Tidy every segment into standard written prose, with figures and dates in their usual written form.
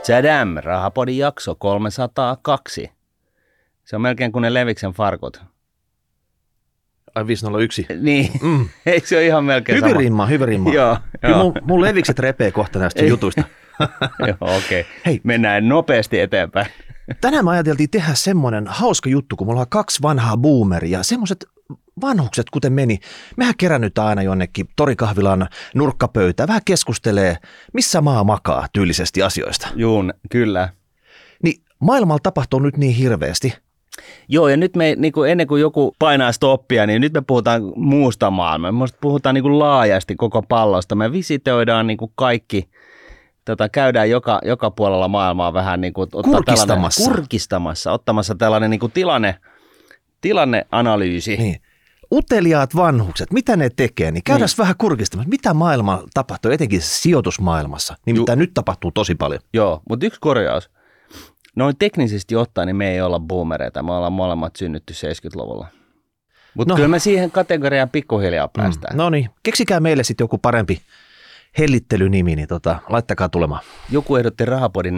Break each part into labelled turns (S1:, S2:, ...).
S1: Tadam, Rahapodin jakso 302. Se on melkein kuin ne Leviksen farkut.
S2: Ai 501.
S1: Niin, eikö se ole ihan melkein sama?
S2: Hyvä rimma.
S1: Joo.
S2: Mun Levikset repee kohta näistä jutuista.
S1: Joo, okei.
S2: Hei.
S1: Mennään nopeasti eteenpäin.
S2: Tänään me ajateltiin tehdä semmoinen hauska juttu, kun me ollaan 2 vanhaa boomeria. Semmoiset vanhukset, kuten meni. Mehän kerännytään aina jonnekin torikahvilan nurkkapöytään. Vähän keskustelee, missä maa makaa tyylisesti asioista.
S1: Juun, kyllä.
S2: Niin maailmalla tapahtuu nyt niin hirveästi.
S1: Joo, ja nyt me niin kuin ennen kuin joku painaa stoppia, niin nyt me puhutaan muusta maailmaa. Me puhutaan niin kuin laajasti koko pallosta. Me visitoidaan niin kuin kaikki, käydään joka puolella maailmaa vähän niin kuin kurkistamassa, ottamassa tällainen niin kuin tilanneanalyysi.
S2: Niin. Uteliaat vanhukset, mitä ne tekee, niin käydään vähän kurkistamassa. Mitä maailmalla tapahtuu, etenkin sijoitusmaailmassa? Nimittäin nyt tapahtuu tosi paljon.
S1: Joo, mutta yksi korjaus. Noin teknisesti ottaen, niin me ei olla boomereita. Me ollaan molemmat synnytty 70-luvulla. Mutta kyllä me siihen kategoriaan pikkuhiljaa päästään.
S2: No niin, keksikää meille sitten joku parempi hellittelynimi, niin laittakaa tulemaan.
S1: Joku ehdotti Rahapodin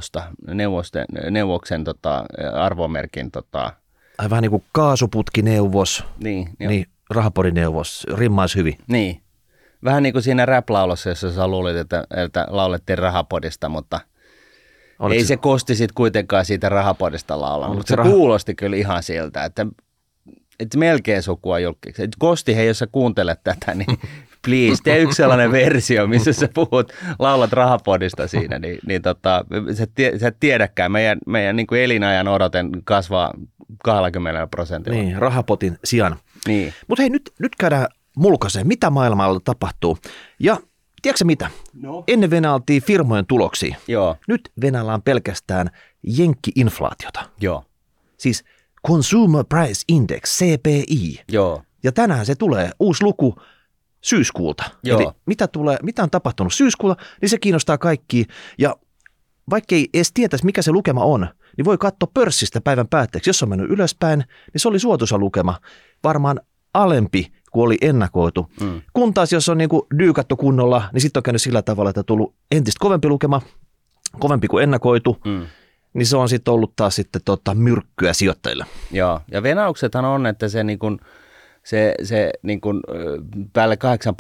S1: neuvoksen arvomerkin.
S2: Ai vähän niin kuin kaasuputkineuvos,
S1: niin
S2: Rahapodin neuvos, rimmaisi hyvin.
S1: Niin, vähän niin kuin siinä rap-laulossa, jossa sä luulit, että laulettiin Rahapodista, mutta ei se Kosti sitten kuitenkaan siitä Rahapodista laulanut, mutta se kuulosti kyllä ihan siltä, että melkein sukua julkiksi. Kosti, hei, jos sä kuuntelet tätä, niin please, tee yksi sellainen versio, missä sä laulat Rahapodista siinä, niin sä et tiedäkään, meidän niin kuin elinajan odoten kasvaa 20%.
S2: Niin, Rahapotin sijaan.
S1: Niin.
S2: Mutta hei, nyt käydään mulkaiseen, mitä maailmalla tapahtuu. Ja tiedätkö mitä? No. Ennen venäiltiin firmojen tuloksia.
S1: Joo.
S2: Nyt venäillään pelkästään jenkki-inflaatiota.
S1: Joo.
S2: Siis Consumer Price Index, CPI.
S1: Joo.
S2: Ja tänään se tulee uusi luku syyskuulta.
S1: Joo.
S2: Eli mitä on tapahtunut syyskuulla, niin se kiinnostaa kaikkia. Ja vaikka ei edes tietäisi, mikä se lukema on, niin voi katsoa pörssistä päivän päätteeksi. Jos on mennyt ylöspäin, niin se oli suotuisa lukema. Varmaan alempi kuin oli ennakoitu. Kun taas jos on niin kuin dyykattu kunnolla, niin sitten on käynyt sillä tavalla, että on tullut entistä kovempi lukema, kovempi kuin ennakoitu. Niin se on sitten ollut taas sitten myrkkyä sijoittajille.
S1: Joo, ja venauksethan on, että se niin kuin se niin kuin päälle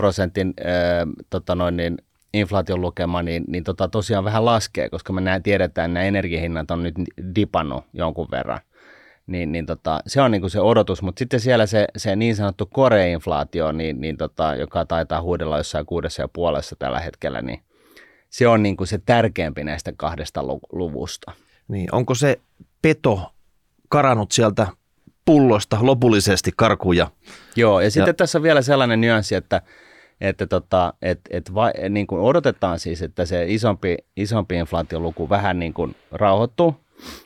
S1: 8% inflaation lukema, niin tosiaan vähän laskee, koska me tiedetään, että nämä energiahinnat on nyt dipannut jonkun verran. Se on niin kuin se odotus, mutta sitten siellä se niin sanottu core-inflaatio, joka taitaa huudella jossain 6,5 tällä hetkellä, niin se on niin kuin se tärkeämpi näistä 2 luvusta.
S2: Niin, onko se peto karannut sieltä pullosta lopullisesti karkuja?
S1: Joo, ja sitten tässä on vielä sellainen nyanssi, että niin kuin odotetaan siis, että se isompi inflaatioluku vähän niin kuin rauhoittuu,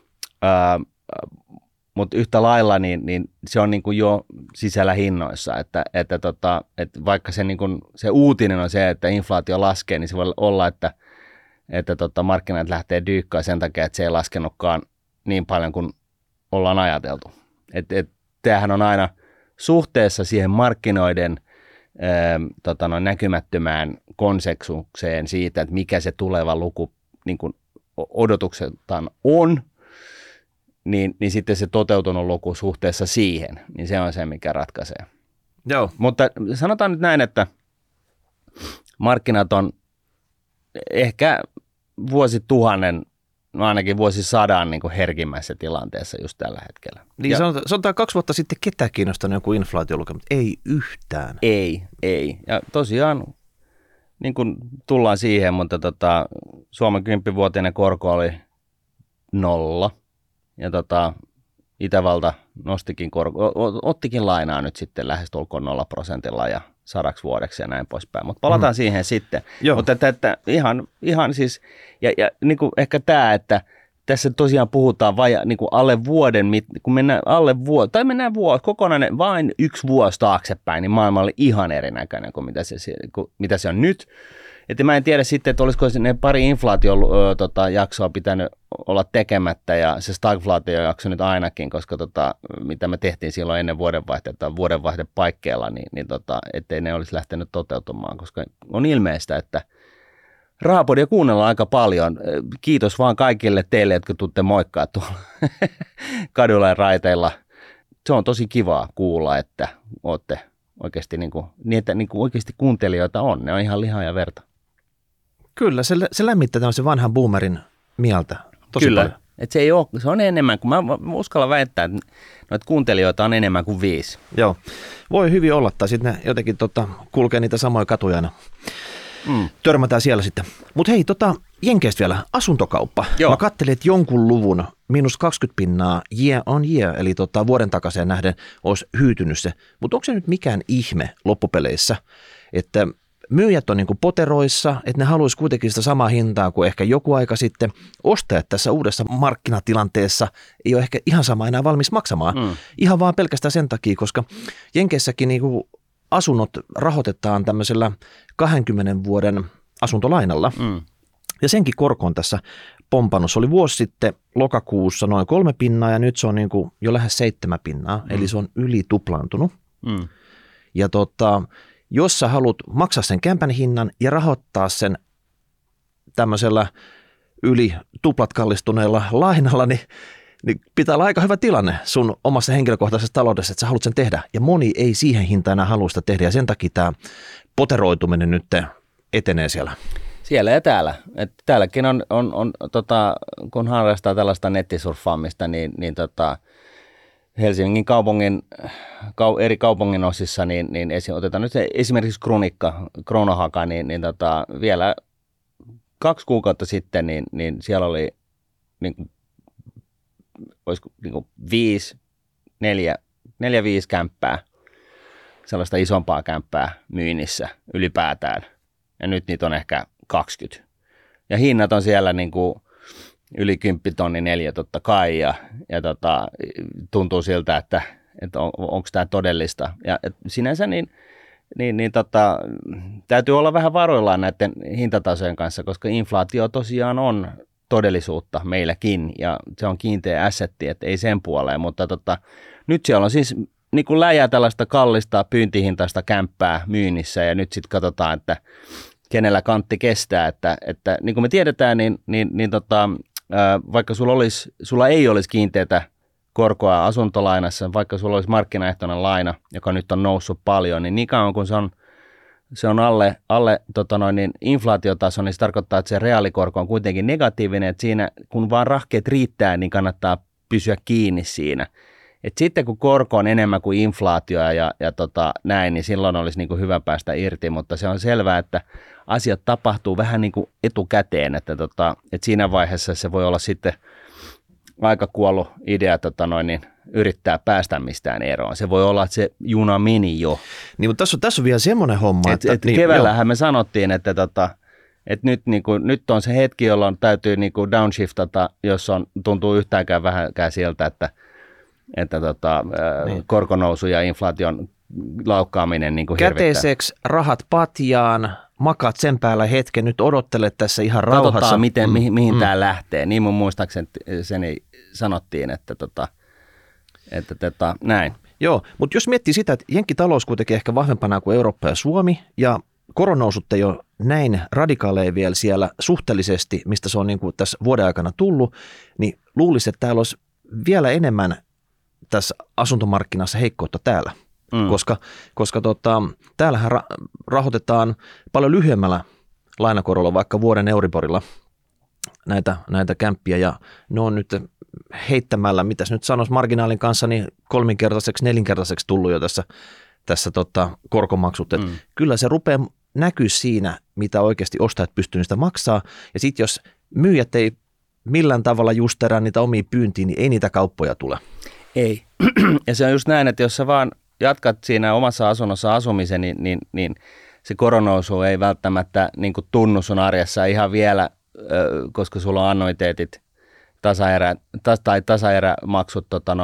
S1: mutta yhtä lailla niin se on niin kuin jo sisällä hinnoissa, että vaikka se, niin kuin, se uutinen on se, että inflaatio laskee, niin se voi olla, että markkinat lähtee dyykkään sen takia, että se ei laskenutkaan niin paljon kuin ollaan ajateltu. Tämähän on aina suhteessa siihen markkinoiden näkymättömään konsensukseen siitä, että mikä se tuleva luku niin kuin odotukseltaan on, niin sitten se toteutunut luku suhteessa siihen, niin se on se, mikä ratkaisee.
S2: Joo.
S1: Mutta sanotaan nyt näin, että markkinat on ehkä vuosituhannen, no ainakin vuosisadan niin kuin herkimmässä tilanteessa just tällä hetkellä.
S2: Niin sanotaan 2 vuotta sitten ketään kiinnostanut joku inflaatiolukema, mutta ei yhtään.
S1: Ei. Ja tosiaan niin kuin tullaan siihen, mutta Suomen 10-vuotinen korko oli 0 ja Itävalta ottikin lainaa nyt sitten lähestulkoon 0% ja 100 vuodeksi ja näin poispäin. Mutta palataan siihen sitten.
S2: Joo.
S1: Mutta että ihan siis, ja niin kuin ehkä tämä, että tässä tosiaan puhutaan niin kuin alle vuoden, kun mennään mennään kokonainen vain 1 vuosi taaksepäin, niin maailma oli ihan erinäköinen kuin mitä se on nyt. Että mä en tiedä sitten, että olisiko ne pari inflaatiojaksoa pitänyt olla tekemättä ja se stagflaatiojakso nyt ainakin, koska mitä me tehtiin silloin ennen vuodenvaihdepaikkeilla, niin ettei ne olisi lähtenyt toteutumaan, koska on ilmeistä, että Rahapodia kuunnellaan aika paljon. Kiitos vaan kaikille teille, jotka tuutte moikkaa tuolla kadulla ja raiteilla. Se on tosi kivaa kuulla, että olette oikeasti, että oikeasti kuuntelijoita on. Ne on ihan lihaa ja verta.
S2: Kyllä, se lämmittää tämmöisen vanhan boomerin mieltä tosi
S1: Kyllä.
S2: paljon.
S1: Että se on enemmän kuin, mä uskallan väittää, että noita kuuntelijoita on enemmän kuin 5.
S2: Joo, voi hyvin olla, tai sitten ne jotenkin kulkee niitä samoja katuja aina. Törmätään siellä sitten. Mutta hei, Jenkeistä vielä, asuntokauppa. Joo. Mä katselin, että jonkun luvun, -20% year on year, eli vuoden takaisin nähden olisi hyytynyt se. Mutta onko se nyt mikään ihme loppupeleissä, että myyjät on niin kuin poteroissa, että ne haluaisi kuitenkin sitä samaa hintaa kuin ehkä joku aika sitten. Ostajat tässä uudessa markkinatilanteessa ei ole ehkä ihan sama enää valmis maksamaan. Ihan vaan pelkästään sen takia, koska Jenkeissäkin niin kuin asunnot rahoitetaan tämmöisellä 20 vuoden asuntolainalla. Ja senkin korko on tässä pompannut. Se oli vuosi sitten lokakuussa noin 3% ja nyt se on niin kuin jo lähes 7%, eli se on yli tuplaantunut. Ja jos sä haluat maksaa sen kämpän hinnan ja rahoittaa sen tämmöisellä yli tuplat kallistuneella lainalla, niin pitää olla aika hyvä tilanne sun omassa henkilökohtaisessa taloudessa, että sä haluat sen tehdä. Ja moni ei siihen hintaan enää halua sitä tehdä ja sen takia tämä poteroituminen nyt etenee siellä.
S1: Siellä ja täällä. Et täälläkin on kun harrastaa tällaista nettisurffaamista, niin Helsingin kaupungin eri kaupungin osissa, niin otetaan nyt esimerkiksi Kruunahaka, niin vielä 2 kuukautta sitten, niin siellä oli olisiko 4-5 kämppää, sellaista isompaa kämppää myynnissä ylipäätään. Ja nyt niitä on ehkä 20. Ja hinnat on siellä yli 10 000 neliö totta kai, ja tuntuu siltä, että onko tämä todellista. Ja sinänsä täytyy olla vähän varoillaan näiden hintatasojen kanssa, koska inflaatio tosiaan on todellisuutta meilläkin, ja se on kiinteä assetti, että ei sen puoleen, mutta nyt siellä on siis läjää tällaista kallista pyyntihintaista kämppää myynnissä, ja nyt sitten katsotaan, että kenellä kantti kestää, että niin kuin me tiedetään, vaikka sulla ei olisi kiinteätä korkoa asuntolainassa, vaikka sulla olisi markkinaehtoinen laina, joka nyt on noussut paljon, niin kauan kun se on alle inflaatiotason, niin se tarkoittaa, että se reaalikorko on kuitenkin negatiivinen, että siinä kun vaan rahkeet riittää, niin kannattaa pysyä kiinni siinä. Et sitten kun korko on enemmän kuin inflaatio ja näin, niin silloin olisi hyvä päästä irti, mutta se on selvää, että asiat tapahtuu vähän etukäteen, että siinä vaiheessa se voi olla sitten aika kuollut idea yrittää päästä mistään eroon. Se voi olla, että se juna meni jo.
S2: Niin, mutta tässä on vielä semmoinen homma, että
S1: keväällähän me sanottiin, että nyt on se hetki, jolloin täytyy downshiftata, jos tuntuu yhtäänkään vähänkään sieltä, että korkonousu ja inflaation laukkaaminen hirvittää.
S2: Käteiseksi rahat patjaan, makaat sen päällä hetken, nyt odottelet tässä ihan rauhassa.
S1: Katsotaan, mihin tämä lähtee. Niin mun muistaakseni sanottiin, että näin.
S2: Joo, mutta jos miettii sitä, että jenkkitalous kuitenkin ehkä vahvempana kuin Eurooppa ja Suomi, ja koronnousut ei ole näin radikaaleja vielä siellä suhteellisesti, mistä se on tässä vuoden aikana tullut, niin luulisin, että täällä olisi vielä enemmän tässä asuntomarkkinassa heikkoutta täällä, koska täällähän rahoitetaan paljon lyhyemmällä lainakorolla, vaikka vuoden Euriborilla näitä kämppiä, ja ne on nyt heittämällä, mitäs nyt sanoisi marginaalin kanssa, niin 3-4-kertaiseksi tullut jo tässä korkomaksut. Kyllä se rupeaa näkyy siinä, mitä oikeasti ostajat pystyvät sitä maksaa, ja sitten jos myyjät ei millään tavalla justerää niitä omia pyyntiin, niin ei niitä kauppoja tule.
S1: Ei. Ja se on just näin, että jos sä vaan jatkat siinä omassa asunnossa asumisen, niin se koronousu ei välttämättä tunnu sun arjessa ihan vielä, koska sulla on annuiteetit, tasaerämaksut,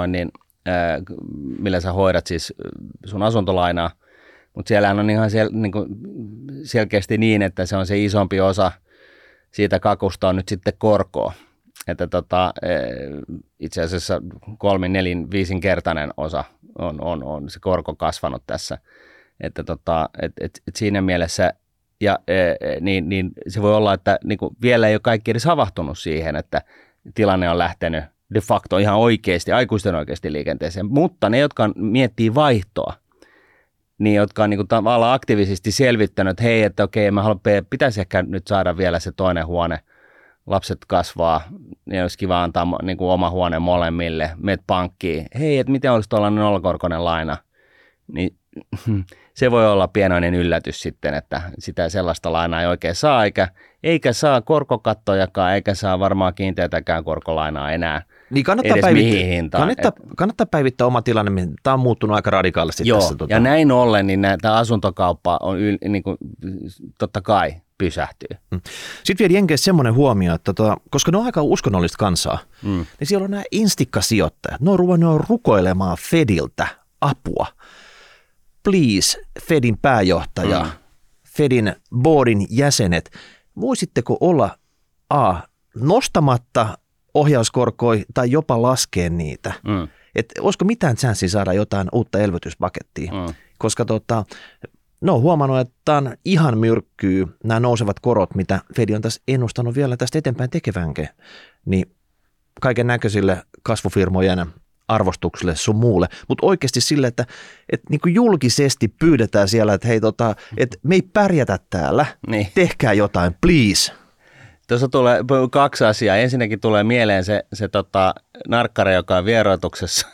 S1: millä sä hoidat siis sun asuntolainaa. Mutta siellähän on ihan selkeästi niin, että se on se isompi osa siitä kakusta on nyt sitten korkoa. Että itse asiassa 3-4-5-kertainen osa on se korko kasvanut tässä. Että siinä mielessä niin se voi olla, että niin kuin vielä ei ole kaikki edes havahtunut siihen, että tilanne on lähtenyt de facto ihan oikeasti, aikuisten oikeasti liikenteeseen. Mutta ne, jotka miettii vaihtoa, niin jotka on niin kuin tavallaan aktiivisesti selvittänyt, että hei, että okei, pitäisi ehkä nyt saada vielä se toinen huone, lapset kasvaa, niin olisi kiva antaa niin kuin oma huone molemmille, meet pankkiin, hei, että miten olisi tuollainen nollakorkoinen laina, niin se voi olla pienoinen yllätys sitten, että sitä sellaista lainaa ei oikein saa, eikä saa korkokattojakaan, eikä saa varmaan kiinteätäkään korkolainaa enää.
S2: Niin kannattaa päivittää oma tilanne, tämä on muuttunut aika radikaalisti.
S1: Joo,
S2: tässä.
S1: Ja näin ollen, niin tämä asuntokauppa on niin kuin, totta kai pysähtyy.
S2: Sitten vielä Jenkeissä semmoinen huomio, että koska ne on aika uskonnollista kansaa, niin siellä on nämä instikkasijoittajat. Ne on ruvennut rukoilemaan Fediltä apua. Please, Fedin pääjohtaja, Fedin boardin jäsenet, voisitteko olla nostamatta ohjauskorkoja tai jopa laskea niitä? Että olisiko mitään chanssia saada jotain uutta elvytyspakettia? Koska ne on huomannut, että tämä on ihan myrkkyy, nämä nousevat korot, mitä Fed on tässä ennustanut vielä tästä eteenpäin tekevänkin, niin kaiken näköisille kasvufirmojen arvostukselle sun muulle, mutta oikeasti sille, että niin kuin julkisesti pyydetään siellä, että hei, että me ei pärjätä täällä, tehkää jotain, please.
S1: Tuossa tulee 2 asiaa. Ensinnäkin tulee mieleen se narkkari, joka on vieroituksessa,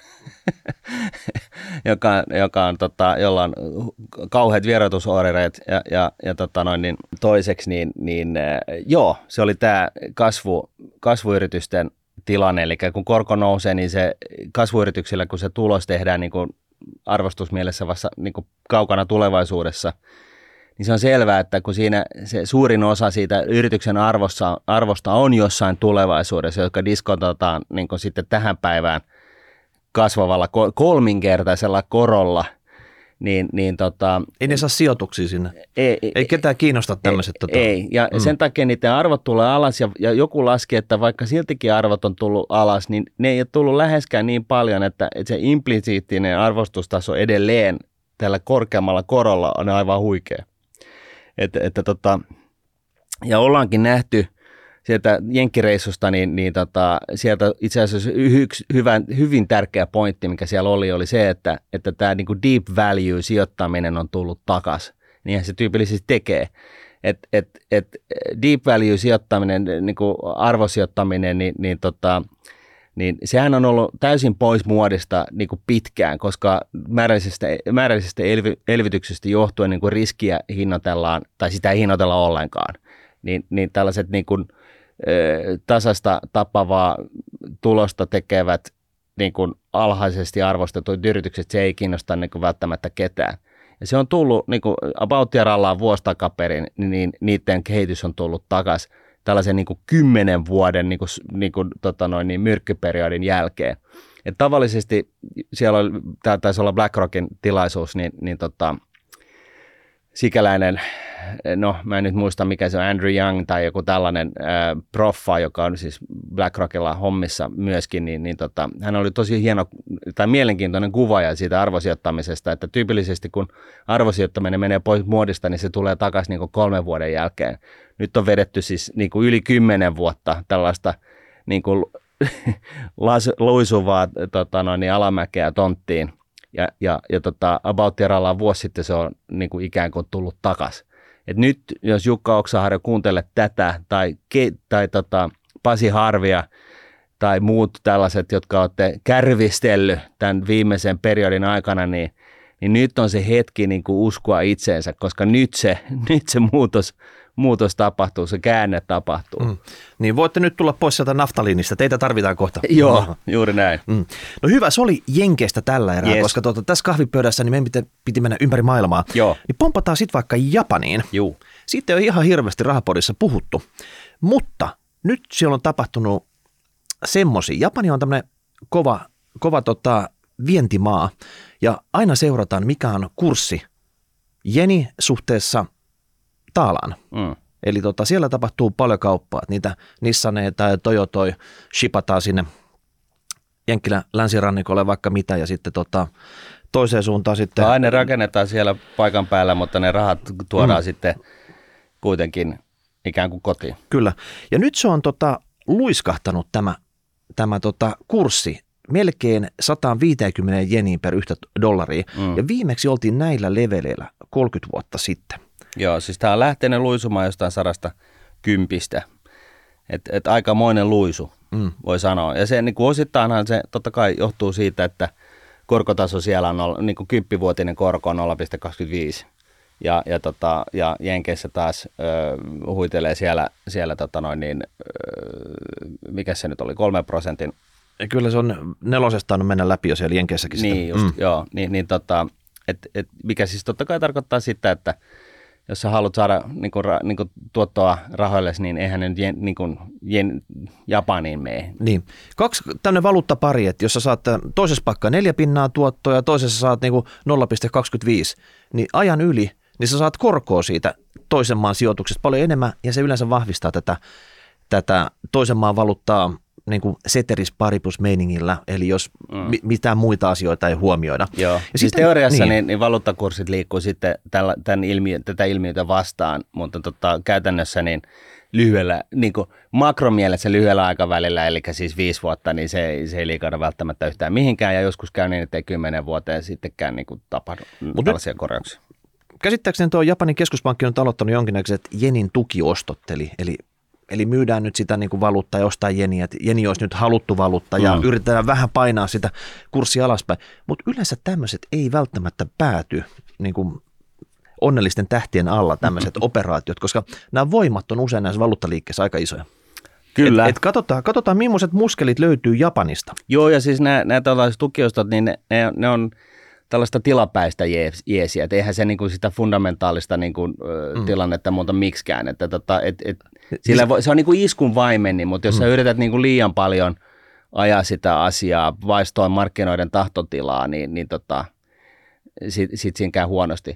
S1: jolla on kauheat vieroitusoireet niin toiseksi, joo, se oli tämä kasvuyritysten tilanne, eli kun korko nousee, niin se kasvuyrityksillä, kun se tulos tehdään niin kuin arvostusmielessä vasta niin kuin kaukana tulevaisuudessa, niin se on selvää, että kun siinä se suurin osa siitä yrityksen arvosta on jossain tulevaisuudessa, jotka diskontataan niin kuin sitten tähän päivään kasvavalla kolminkertaisella korolla,
S2: ei ne saa sijoituksia sinne. Ei ketään kiinnosta tämmöiset.
S1: Ei, ja sen takia niiden arvot tulee alas, ja joku laski, että vaikka siltikin arvot on tullut alas, niin ne ei ole tullut läheskään niin paljon, että se implisiittinen arvostustaso edelleen tällä korkeammalla korolla on aivan huikea. Ja ollaankin nähty sieltä jenkkireissusta, sieltä itse asiassa yksi hyvin tärkeä pointti, mikä siellä oli se, että tämä niin kuin deep value sijoittaminen on tullut takaisin. Niinhän se tyypillisesti tekee. Deep value sijoittaminen, niin kuin arvosijoittaminen, niin sehän on ollut täysin pois muodista niin kuin pitkään, koska määrällisestä elvytyksestä johtuen niin kuin riskiä hinnoitellaan, tai sitä ei hinnoitella ollenkaan. Niin tällaiset niin kuin tasasta tappavaa tulosta tekevät niin kuin alhaisesti arvostetut yritykset, se ei kiinnosta niin kuin välttämättä ketään. Ja se on tullut, niin kuin About Yarallaan vuosi takaperin, niin niiden kehitys on tullut takaisin tällaisen niin kuin 10 vuoden myrkkyperiodin jälkeen. Et tavallisesti siellä oli, tämä taisi olla BlackRockin tilaisuus, sikäläinen, no mä en nyt muista mikä se on, Andrew Young tai joku tällainen proffa, joka on siis BlackRockilla hommissa myöskin, hän oli tosi hieno tai mielenkiintoinen kuvaaja siitä arvosijoittamisesta, että tyypillisesti kun arvosijoittaminen menee pois muodista, niin se tulee takaisin niin kuin 3 vuoden jälkeen. Nyt on vedetty siis niin kuin yli 10 vuotta tällaista niin kuin luisuvaa alamäkeä tonttiin. Ja About Yarallaan vuosi sitten se on niin kuin ikään kuin tullut takaisin. Et nyt, jos Jukka Oksaharjo kuuntelet tätä, tai Pasi Harvia, tai muut tällaiset, jotka olette kärvistellyt tämän viimeisen periodin aikana, niin nyt on se hetki niin kuin uskoa itseensä, koska nyt se muutos tapahtuu, se käänne tapahtuu.
S2: Niin voitte nyt tulla pois sieltä naftaliinista, teitä tarvitaan kohta.
S1: Joo, juuri näin.
S2: No hyvä, se oli Jenkeistä tällä erää, koska tässä kahvipöydässä niin meidän piti mennä ympäri maailmaa.
S1: Joo.
S2: Niin pompataan sitten vaikka Japaniin.
S1: Juu.
S2: Sitten on ihan hirveästi Rahapodissa puhuttu, mutta nyt siellä on tapahtunut semmoisia. Japani on tämmöinen kova vientimaa ja aina seurataan, mikä on kurssi jeni suhteessa taalaan. Eli siellä tapahtuu paljon kauppaa. Niitä Nissaneja tai Toyotoi shipataan sinne Jenkkilän länsirannikolle vaikka mitä ja sitten toiseen suuntaan sitten.
S1: Aina rakennetaan siellä paikan päällä, mutta ne rahat tuodaan sitten kuitenkin ikään kuin kotiin.
S2: Kyllä. Ja nyt se on luiskahtanut tämä kurssi melkein 150 jeniin per yhtä dollaria. Ja viimeksi oltiin näillä leveleillä 30 vuotta sitten.
S1: Joo, siis tämä on lähtenyt luisumaan jostain 110. Et aikamoinen luisu, voi sanoa. Ja se niin kuin osittainhan se totta kai johtuu siitä, että korkotaso siellä on niin kuin 10-vuotinen korko on 0,25. Ja Jenkeissä taas huitelee siellä mikä se nyt oli, 3%.
S2: Ja kyllä se on 4 on mennä läpi jo siellä Jenkeissäkin.
S1: Niin just, joo. Mikä siis totta kai tarkoittaa sitä, että jos sä haluat saada niin tuottoa rahoille, niin eihän ne Japaniin mene.
S2: Niin. 2 tämmöinen valuuttapari, että jos sä saat toisessa pakkaa 4 pinnaa tuottoa ja toisessa saat niin 0,25, niin ajan yli, niin sä saat korkoa siitä toisen maan sijoituksesta paljon enemmän ja se yleensä vahvistaa tätä toisen maan valuuttaa niin kuin ceteris paribus meiningillä, eli jos mitään muita asioita ei huomioida.
S1: Joo, ja siis teoriassa niin valuuttakurssit liikkuu sitten tätä ilmiötä vastaan, mutta käytännössä niin lyhyellä, niin kuin makromielessä lyhyellä aikavälillä, eli siis 5 vuotta, niin se ei liikahda välttämättä yhtään mihinkään, ja joskus käy niin, että ei 10 vuoteen sittenkään niin kuin tapahdu tällaisia korjauksia.
S2: Käsittääkseni tuo Japanin keskuspankki on aloittanut jonkinnäköiset jenin tukiostot, eli myydään nyt sitä niin kuin valuuttaa ja ostaa jeniä, että jeni olisi nyt haluttu valuutta ja yritetään vähän painaa sitä kurssia alaspäin. Mutta yleensä tämmöiset ei välttämättä pääty niin kuin onnellisten tähtien alla tämmöiset operaatiot, koska nämä voimat on usein näissä valuuttaliikkeissä aika isoja.
S1: Kyllä.
S2: Katsotaan, millaiset muskelit löytyy Japanista.
S1: Joo, ja siis nämä tällaiset tukiostot, niin ne on tällaista tilapäistä jeesiä, että eihän se niin kuin sitä fundamentaalista niin kuin, tilannetta muuta miksikään, että se on niin kuin iskun vaimeni, mutta jos sä yrität niin kuin liian paljon ajaa sitä asiaa vaistoin markkinoiden tahtotilaa, niin sit siinä käy huonosti.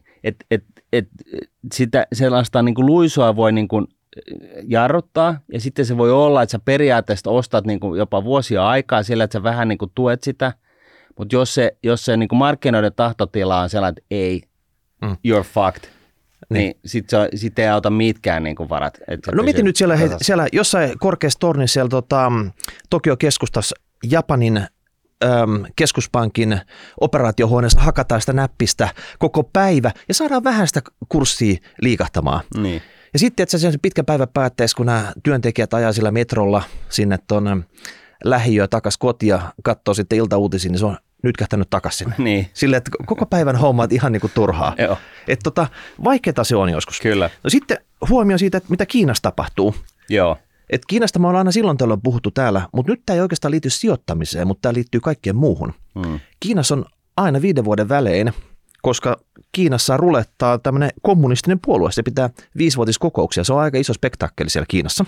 S1: Sitä sellaista niin kuin luisua voi niin kuin jarruttaa, ja sitten se voi olla, että sä periaatteessa ostat niin kuin jopa vuosia aikaa sillä, että sä vähän niin kuin tuet sitä, mutta jos se niin kuin markkinoiden tahtotila on sellainen, että ei, you're fucked, niin sit ei auta mitkään niin kuin varat.
S2: No mietin nyt siellä jossain korkeassa tornissa siellä Tokio-keskustassa Japanin keskuspankin operaatiohuoneessa hakataan sitä näppistä koko päivä ja saadaan vähän sitä kurssia liikahtamaan.
S1: Niin.
S2: Ja sitten, että se pitkän päivän päätteessä, kun nämä työntekijät ajaa sillä metrolla sinne tuonne lähiöön takaisin kotiin ja katsoo sitten iltauutisia, niin se on nyt kähtänyt takaisin.
S1: Niin.
S2: Silleen, että koko päivän hommat ihan niin kuin turhaa.
S1: Joo.
S2: Että vaikeaa se on joskus.
S1: Kyllä.
S2: No sitten huomio siitä, että mitä Kiinassa tapahtuu.
S1: Joo.
S2: Että Kiinasta me ollaan aina silloin tällöin puhuttu täällä, mutta nyt tämä ei oikeastaan liity sijoittamiseen, mutta tämä liittyy kaikkeen muuhun. Kiinassa on aina 5 vuoden välein, koska Kiinassa rulettaa tämmöinen kommunistinen puolue. Se pitää 5-vuotiskokouksia. Se on aika iso spektakkeli siellä Kiinassa.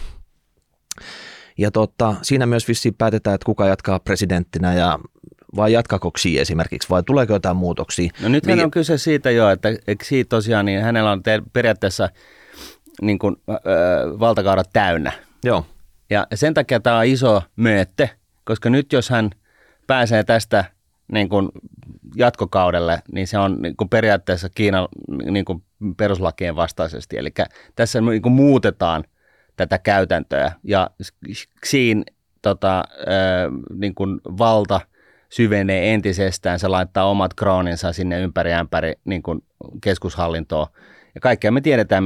S2: Ja siinä myös vissiin päätetään, että kuka jatkaa presidenttinä ja vai jatkaako Xi esimerkiksi, vai tuleeko jotain muutoksia?
S1: No nythän on kyse siitä jo, että Xi tosiaan, niin hänellä on periaatteessa niin kuin, valtakaurat täynnä.
S2: Joo. Ja
S1: sen takia tämä on iso myötte, koska nyt jos hän pääsee tästä niin kuin jatkokaudelle, niin se on niin kuin periaatteessa Kiinan niin kuin peruslakien vastaisesti. Eli tässä niin kuin muutetaan tätä käytäntöä ja Xiin niin kuin valta syvenee entisestään, se laittaa omat krooninsa sinne ympäri niin kuin keskushallintoon. Ja kaikkea me tiedetään,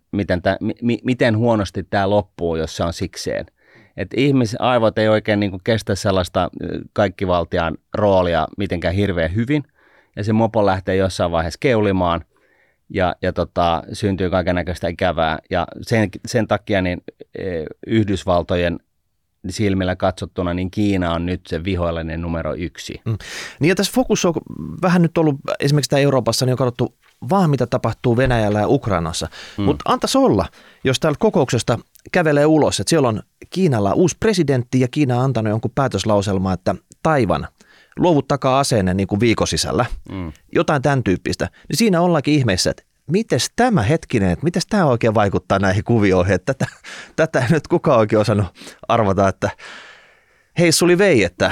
S1: miten huonosti tämä loppuu, jos se on sikseen. Että ihmisaivot ei oikein niin kuin kestä sellaista kaikkivaltiaan roolia mitenkään hirveän hyvin. Ja se mopo lähtee jossain vaiheessa keulimaan ja syntyy kaikennäköistä ikävää. Ja sen takia niin Yhdysvaltojen silmillä katsottuna, niin Kiina on nyt se vihollinen numero 1.
S2: Niin ja tässä fokus on vähän nyt ollut, esimerkiksi täällä Euroopassa, niin on katsottu vaan mitä tapahtuu Venäjällä ja Ukrainassa. Mutta antaisi olla, jos täältä kokouksesta kävelee ulos, että siellä on Kiinalla uusi presidentti ja Kiina on antanut jonkun päätöslauselmaa, että Taiwan, luovuttakaa aseenne niin kuin viikon sisällä, jotain tämän tyyppistä. Niin siinä ollaankin ihmeessä, että mites tämä hetkinen, että mites tämä oikein vaikuttaa näihin kuvioihin, että tätä ei nyt kukaan oikein osannut arvata, että heissuli vei, että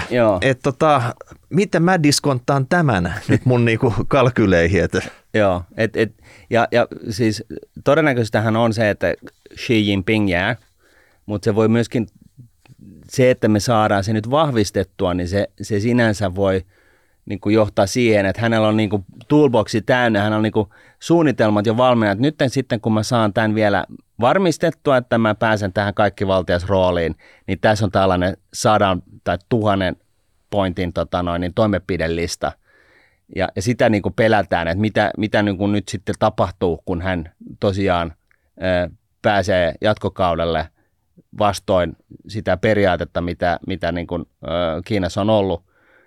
S2: miten mä diskonttaan tämän nyt mun niinku kalkyleihin. Että.
S1: Joo, ja siis todennäköistähän on se, että Xi Jinping jää, mutta se voi myöskin, se että me saadaan se nyt vahvistettua, niin se sinänsä voi niin kuin johtaa siihen, että hänellä on niin kuin toolboxi täynnä, hänellä on niin kuin suunnitelmat jo valmiina, että nyt sitten kun mä saan tämän vielä varmistettua, että mä pääsen tähän kaikkivaltiasrooliin, niin tässä on tällainen 100 tai 1000 pointin toimenpidelista. Ja sitä niin kuin pelätään, että mitä niin kuin nyt sitten tapahtuu, kun hän tosiaan pääsee jatkokaudelle vastoin sitä periaatetta, mitä niin kuin, Kiinassa on ollut.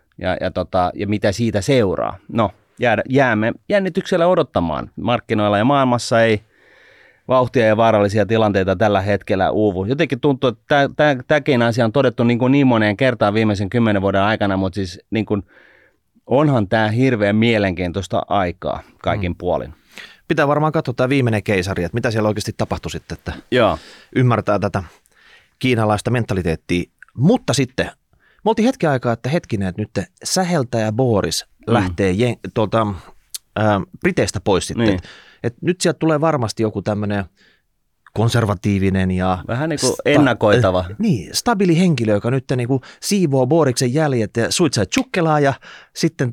S1: Ja mitä siitä seuraa. No, jäämme jännityksellä odottamaan. Markkinoilla ja maailmassa ei vauhtia ja vaarallisia tilanteita tällä hetkellä uuvu. Jotenkin tuntuu, että tämäkin asia on todettu niin moneen kertaan viimeisen 10 vuoden aikana, mutta siis niin kuin, onhan tämä hirveän mielenkiintoista aikaa kaikin puolin.
S2: Pitää varmaan katsoa tämä viimeinen keisari, että mitä siellä oikeasti tapahtui sitten, että ymmärtää tätä kiinalaista mentaliteettia. Mutta sitten me oltiin hetken aikaa, että nyt säheltäjä Boris lähtee tuolta Briteistä pois sitten. Niin. Et nyt sieltä tulee varmasti joku tämmöinen konservatiivinen ja
S1: vähän niin kuin ennakoitava.
S2: Stabiili henkilö, joka nyt niin kuin siivoo Boriksen jäljet ja suitsaa tjukkelaa ja sitten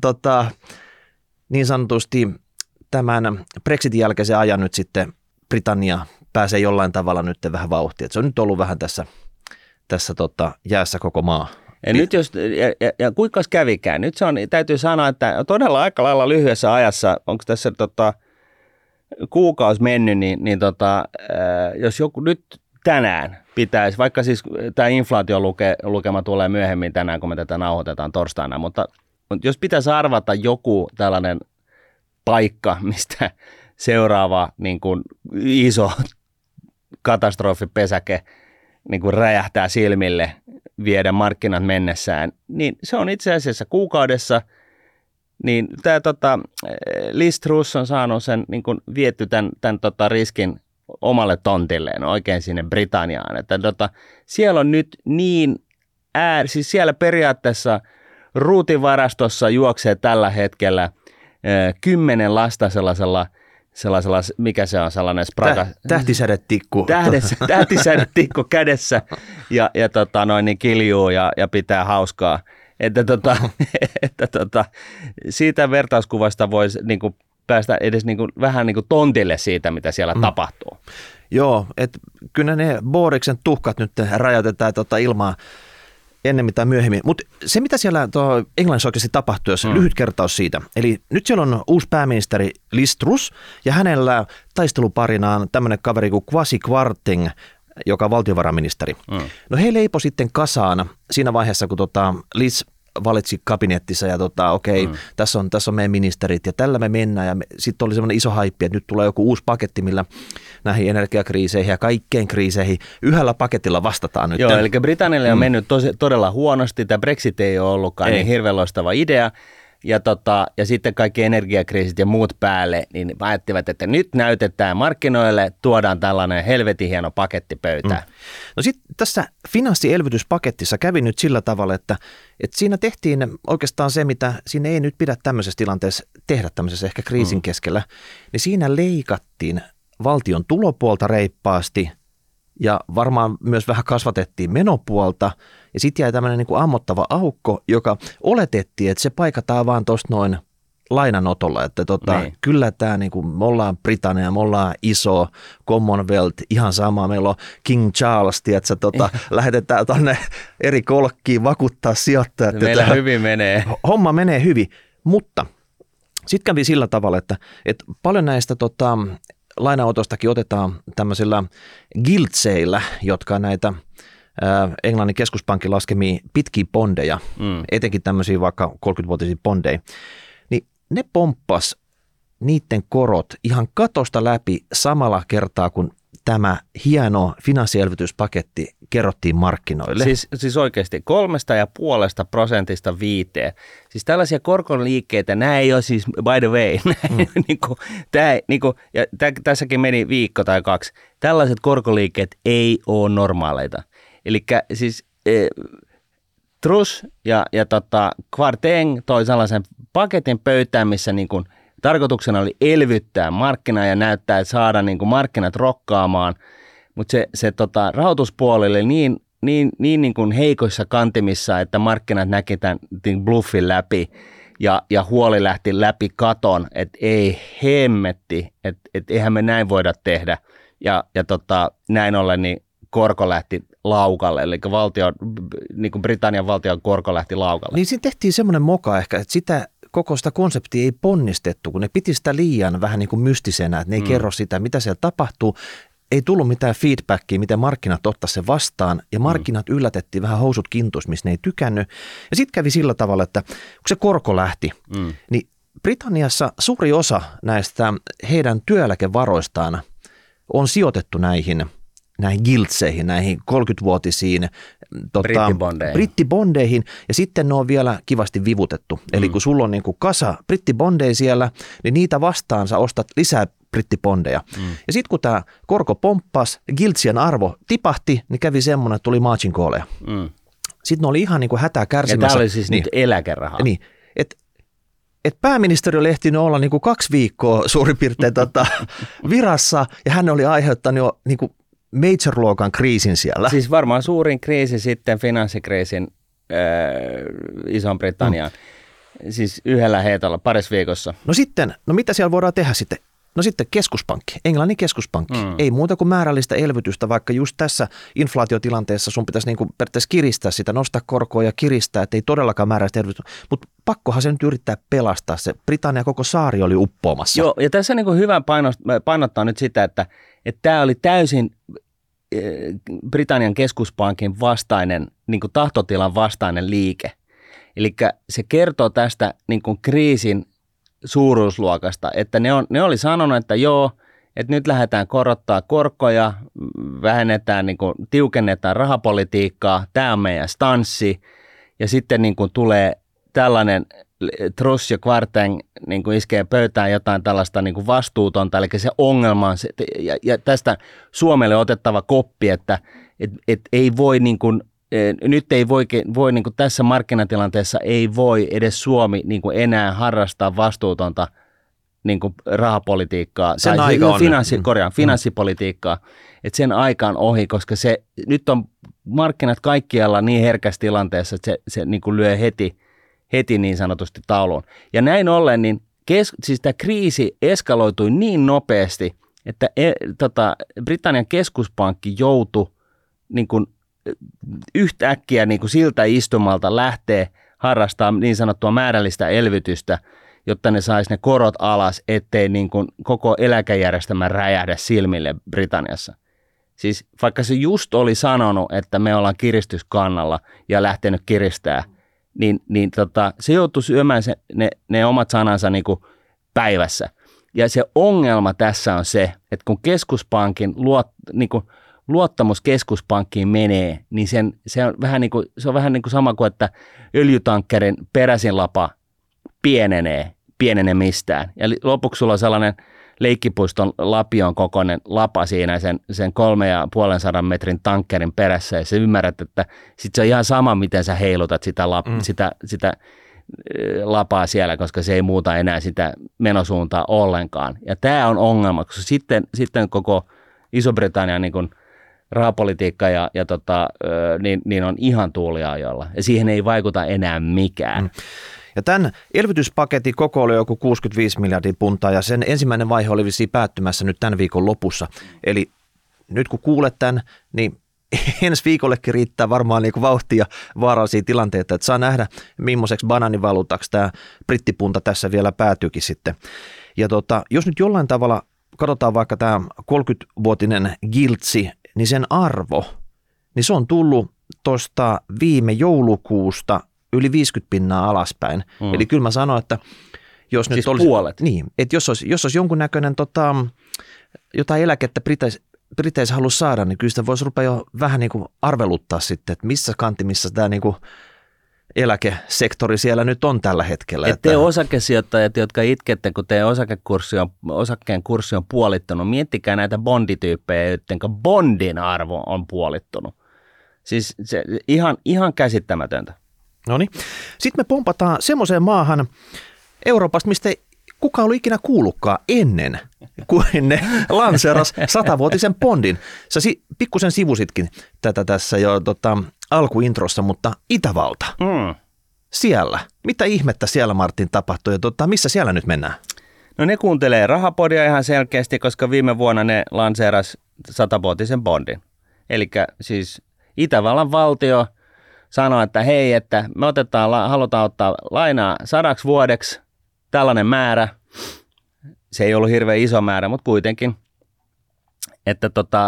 S2: niin sanotusti tämän Brexitin jälkeisen ajan nyt sitten Britannia pääsee jollain tavalla nyt vähän vauhtia. Et se on nyt ollut vähän tässä jäässä koko maa.
S1: Ja nyt ja kuinka kävikään? Nyt se on, täytyy sanoa, että todella aika lailla lyhyessä ajassa, onko tässä kuukausi mennyt, niin jos joku nyt tänään pitäisi, vaikka siis tämä inflaatiolukema tulee myöhemmin tänään, kun me tätä nauhoitetaan torstaina, mutta jos pitäisi arvata joku tällainen paikka, mistä seuraava niin kuin iso katastrofipesäke niin kuin räjähtää silmille, viedä markkinat mennessään, niin se on itse asiassa kuukaudessa, niin tämä Liz Truss on saanut sen niin kuin vietty tämän riskin omalle tontilleen oikein sinne Britanniaan, että siellä on nyt siis siellä periaatteessa ruutivarastossa juoksee tällä hetkellä 10 lasta sellaisella, mikä se on, sellainen spraga.
S2: Tähtisädetikku.
S1: Tähtisädetikku kädessä ja niin kiljuu ja pitää hauskaa. Että siitä vertauskuvasta voisi niinku päästä edes niinku vähän niinku tontille siitä, mitä siellä tapahtuu.
S2: Joo, että kyllä ne Boriksen tuhkat nyt räjäytetään ilmaa ennemmin tai myöhemmin. Mutta se, mitä siellä Englannissa oikeasti tapahtuu, jos lyhyt kertaus siitä. Eli nyt siellä on uusi pääministeri Liz Truss ja hänellä taisteluparinaan tämmöinen kaveri kuin Kwasi Kwarteng, joka on valtiovarainministeri. No he leipoi sitten kasaan siinä vaiheessa, kun Liz valitsi kabinettissa ja tässä on meidän ministerit ja tällä me mennään. Ja sitten oli semmoinen iso haippi, että nyt tulee joku uusi paketti, millä näihin energiakriiseihin ja kaikkeen kriiseihin yhdellä paketilla vastataan nyt.
S1: Joo, eli Britannialle on mennyt todella huonosti. Tämä Brexit ei ole ollutkaan niin hirveän loistava idea. Ja sitten kaikki energiakriisit ja muut päälle, niin ajattelivat, että nyt näytetään markkinoille, tuodaan tällainen helvetin hieno paketti pöytään.
S2: No sitten tässä finanssielvytyspaketissa kävi nyt sillä tavalla, että siinä tehtiin oikeastaan se, mitä siinä ei nyt pidä tämmöisessä tilanteessa tehdä tämmöisessä ehkä kriisin keskellä, niin siinä leikattiin valtion tulopuolta reippaasti ja varmaan myös vähän kasvatettiin menopuolta. Ja sitten jäi tämmöinen niin kuin ammottava aukko, joka oletettiin, että se paikataan vaan tuosta noin lainanotolla. Että kyllä tämä, niin kuin, me ollaan Britannia, me ollaan iso Commonwealth, ihan sama. Meillä on King Charles, tiedätkö, lähetetään tuonne eri kolkkiin vakuuttaa sijoittajat.
S1: Meillä hyvin menee.
S2: Homma menee hyvin, mutta sitten kävi sillä tavalla, että paljon näistä lainanotostakin otetaan tämmöisillä giltseillä, jotka näitä Englannin keskuspankin laskemia pitkiä bondeja, etenkin tämmöisiä vaikka 30-vuotisia bondeja, niin ne pomppas niiden korot ihan katosta läpi samalla kertaa, kun tämä hieno finanssielvytyspaketti kerrottiin markkinoille.
S1: Siis oikeasti 3,5% 5%. Siis tällaisia korkoliikkeitä, nämä ei ole siis, by the way, tässäkin meni viikko tai 2. Tällaiset korkoliikkeet ei ole normaaleita. Eli siis Truss ja Kwarteng toi sellaisen paketin pöytään, missä niin kuin tarkoituksena oli elvyttää markkinaa ja näyttää, että saada niin kuin markkinat rokkaamaan, mutta se rahoituspuoli oli niin kuin heikoissa kantimissa, että markkinat näki tämän bluffin läpi ja huoli lähti läpi katon, että ei hemmetti, että eihän me näin voida tehdä ja näin ollen niin korko lähti laukalle, eli niin kuin Britannian valtion korko lähti laukalle.
S2: Niin siinä tehtiin semmoinen moka ehkä, että sitä koko sitä konseptia ei ponnistettu, kun ne piti sitä liian vähän niin kuin mystisenä, että ne ei kerro sitä, mitä siellä tapahtuu. Ei tullut mitään feedbackia, miten markkinat ottaa se vastaan, ja markkinat yllätettiin vähän housut kintuissa, missä ne ei tykännyt. Ja sitten kävi sillä tavalla, että kun se korko lähti, niin Britanniassa suuri osa näistä heidän työeläkevaroistaan on sijoitettu näihin giltseihin, näihin 30-vuotisiin brittibondeihin, ja sitten ne on vielä kivasti vivutettu. Eli kun sulla on niin kuin kasa brittibondeja siellä, niin niitä vastaan sä ostat lisää brittibondeja. Ja sitten kun tämä korko pomppasi, giltsien arvo tipahti, niin kävi semmoinen, että tuli margin calleja. Sitten ne oli ihan niin kuin hätää kärsimässä.
S1: Ja tämä oli siis nyt eläkeraha.
S2: Niin, että pääministeri oli ehtinyt olla niin kuin 2 viikkoa suurin piirtein virassa, ja hän oli aiheuttanut jo niin kuin major-luokan kriisin siellä.
S1: Siis varmaan suurin kriisi sitten finanssikriisin Iso-Britanniaan. Siis yhdellä heitolla, parissa viikossa.
S2: No mitä siellä voidaan tehdä sitten? No sitten keskuspankki, Englannin keskuspankki. Ei muuta kuin määrällistä elvytystä, vaikka just tässä inflaatiotilanteessa sun pitäisi niin kuin periaatteessa kiristää sitä, nostaa korkoa ja kiristää, että ei todellakaan määrällistä elvytystä. Mutta pakkohan se nyt yrittää pelastaa. Se Britannia koko saari oli uppoamassa.
S1: Joo, ja tässä niin kuin hyvä painottaa nyt sitä, että tämä oli täysin Britannian keskuspankin vastainen, niin kuin tahtotilan vastainen liike. Eli se kertoo tästä niin kuin kriisin suuruusluokasta, että ne oli sanonut, että joo, että nyt lähdetään korottaa korkoja, vähennetään, niin kuin tiukennetaan rahapolitiikkaa, tämä on meidän stanssi, ja sitten niin kuin tulee tällainen Truss ja Kwarteng niin kuin iskee pöytään jotain tällaista niin kuin vastuutonta, eli se ongelma on se, ja tästä Suomelle otettava koppi, että ei voi niin kuin, nyt ei voi niin kuin tässä markkinatilanteessa ei voi edes Suomi niin kuin enää harrastaa vastuutonta niin kuin rahapolitiikkaa
S2: sen
S1: tai
S2: finanssipolitiikkaa,
S1: että sen aika on ohi, koska se nyt on markkinat kaikkialla niin herkässä tilanteessa, että se niin kuin lyö heti niin sanotusti tauluun. Ja näin ollen, niin siis tämä kriisi eskaloitui niin nopeasti, että Britannian keskuspankki joutui niin kuin yhtäkkiä niin kuin siltä istumalta lähtee harrastamaan niin sanottua määrällistä elvytystä, jotta ne saisi ne korot alas, ettei niin kuin koko eläkejärjestelmä räjähdä silmille Britanniassa. Siis vaikka se just oli sanonut, että me ollaan kiristyskannalla ja lähtenyt kiristää, niin se joutui syömään ne omat sanansa niin kuin päivässä. Ja se ongelma tässä on se, että kun keskuspankin luottamus keskuspankkiin menee, niin se on vähän niin kuin sama kuin, että öljytankkerin peräsinlapa pienenee mistään. Ja lopuksi sulla on sellainen leikkipuiston lapion kokoinen lapa siinä sen 350 metrin tankkerin perässä, ja sä ymmärrät, että sit se on ihan sama, miten sä heilutat sitä lapaa siellä, koska se ei muuta enää sitä menosuuntaa ollenkaan. Ja tämä on ongelma, koska sitten koko Iso-Britannian niin kuin rahapolitiikka niin on ihan tuuliajolla, ja siihen ei vaikuta enää mikään.
S2: Ja tämän elvytyspaketin koko oli joku 65 miljardia puntaa, ja sen ensimmäinen vaihe oli vissiin päättymässä nyt tämän viikon lopussa. Eli nyt kun kuulet tämän, niin ensi viikollekin riittää varmaan niin kuin vauhtia ja vaarallisia tilanteita, että saa nähdä, millaiseksi banaanivaluutaksi tämä brittipunta tässä vielä päätyykin sitten. Ja jos nyt jollain tavalla katsotaan vaikka tämä 30-vuotinen giltsi, niin sen arvo, niin se on tullut tuosta viime joulukuusta yli 50% alaspäin. Eli kyllä mä sanon, että jos
S1: siis
S2: nyt olisi
S1: puolet.
S2: Niin, että jos olisi jonkunnäköinen jotain eläkettä Briteissä haluaisi saada, niin kyllä sitä voisi rupea jo vähän niin kuin arveluttaa sitten, että missä kantimissa tämä niin kuin eläkesektori siellä nyt on tällä hetkellä.
S1: Että te osakesijoittajat, jotka itkette, kun teidän osakkeen kurssi on puolittunut, miettikää näitä bondityyppejä, joiden bondin arvo on puolittunut. Siis se ihan käsittämätöntä.
S2: No niin. Sitten me pompataan semmoiseen maahan Euroopasta, mistä ei kukaan ollut ikinä kuullutkaan ennen, kuin ne lanseeras 100-vuotisen bondin. Sä pikkusen sivusitkin tätä tässä jo alkuintrossa, mutta Itävalta. Siellä. Mitä ihmettä siellä, Martin, tapahtui ja missä siellä nyt mennään?
S1: No ne kuuntelee Rahapodia ihan selkeästi, koska viime vuonna ne lanseeras 100-vuotisen bondin. Eli siis Itävallan valtio sanoi, että hei, että me halutaan ottaa lainaa 100 vuodeksi, tällainen määrä. Se ei ollut hirveän iso määrä, mutta kuitenkin. Että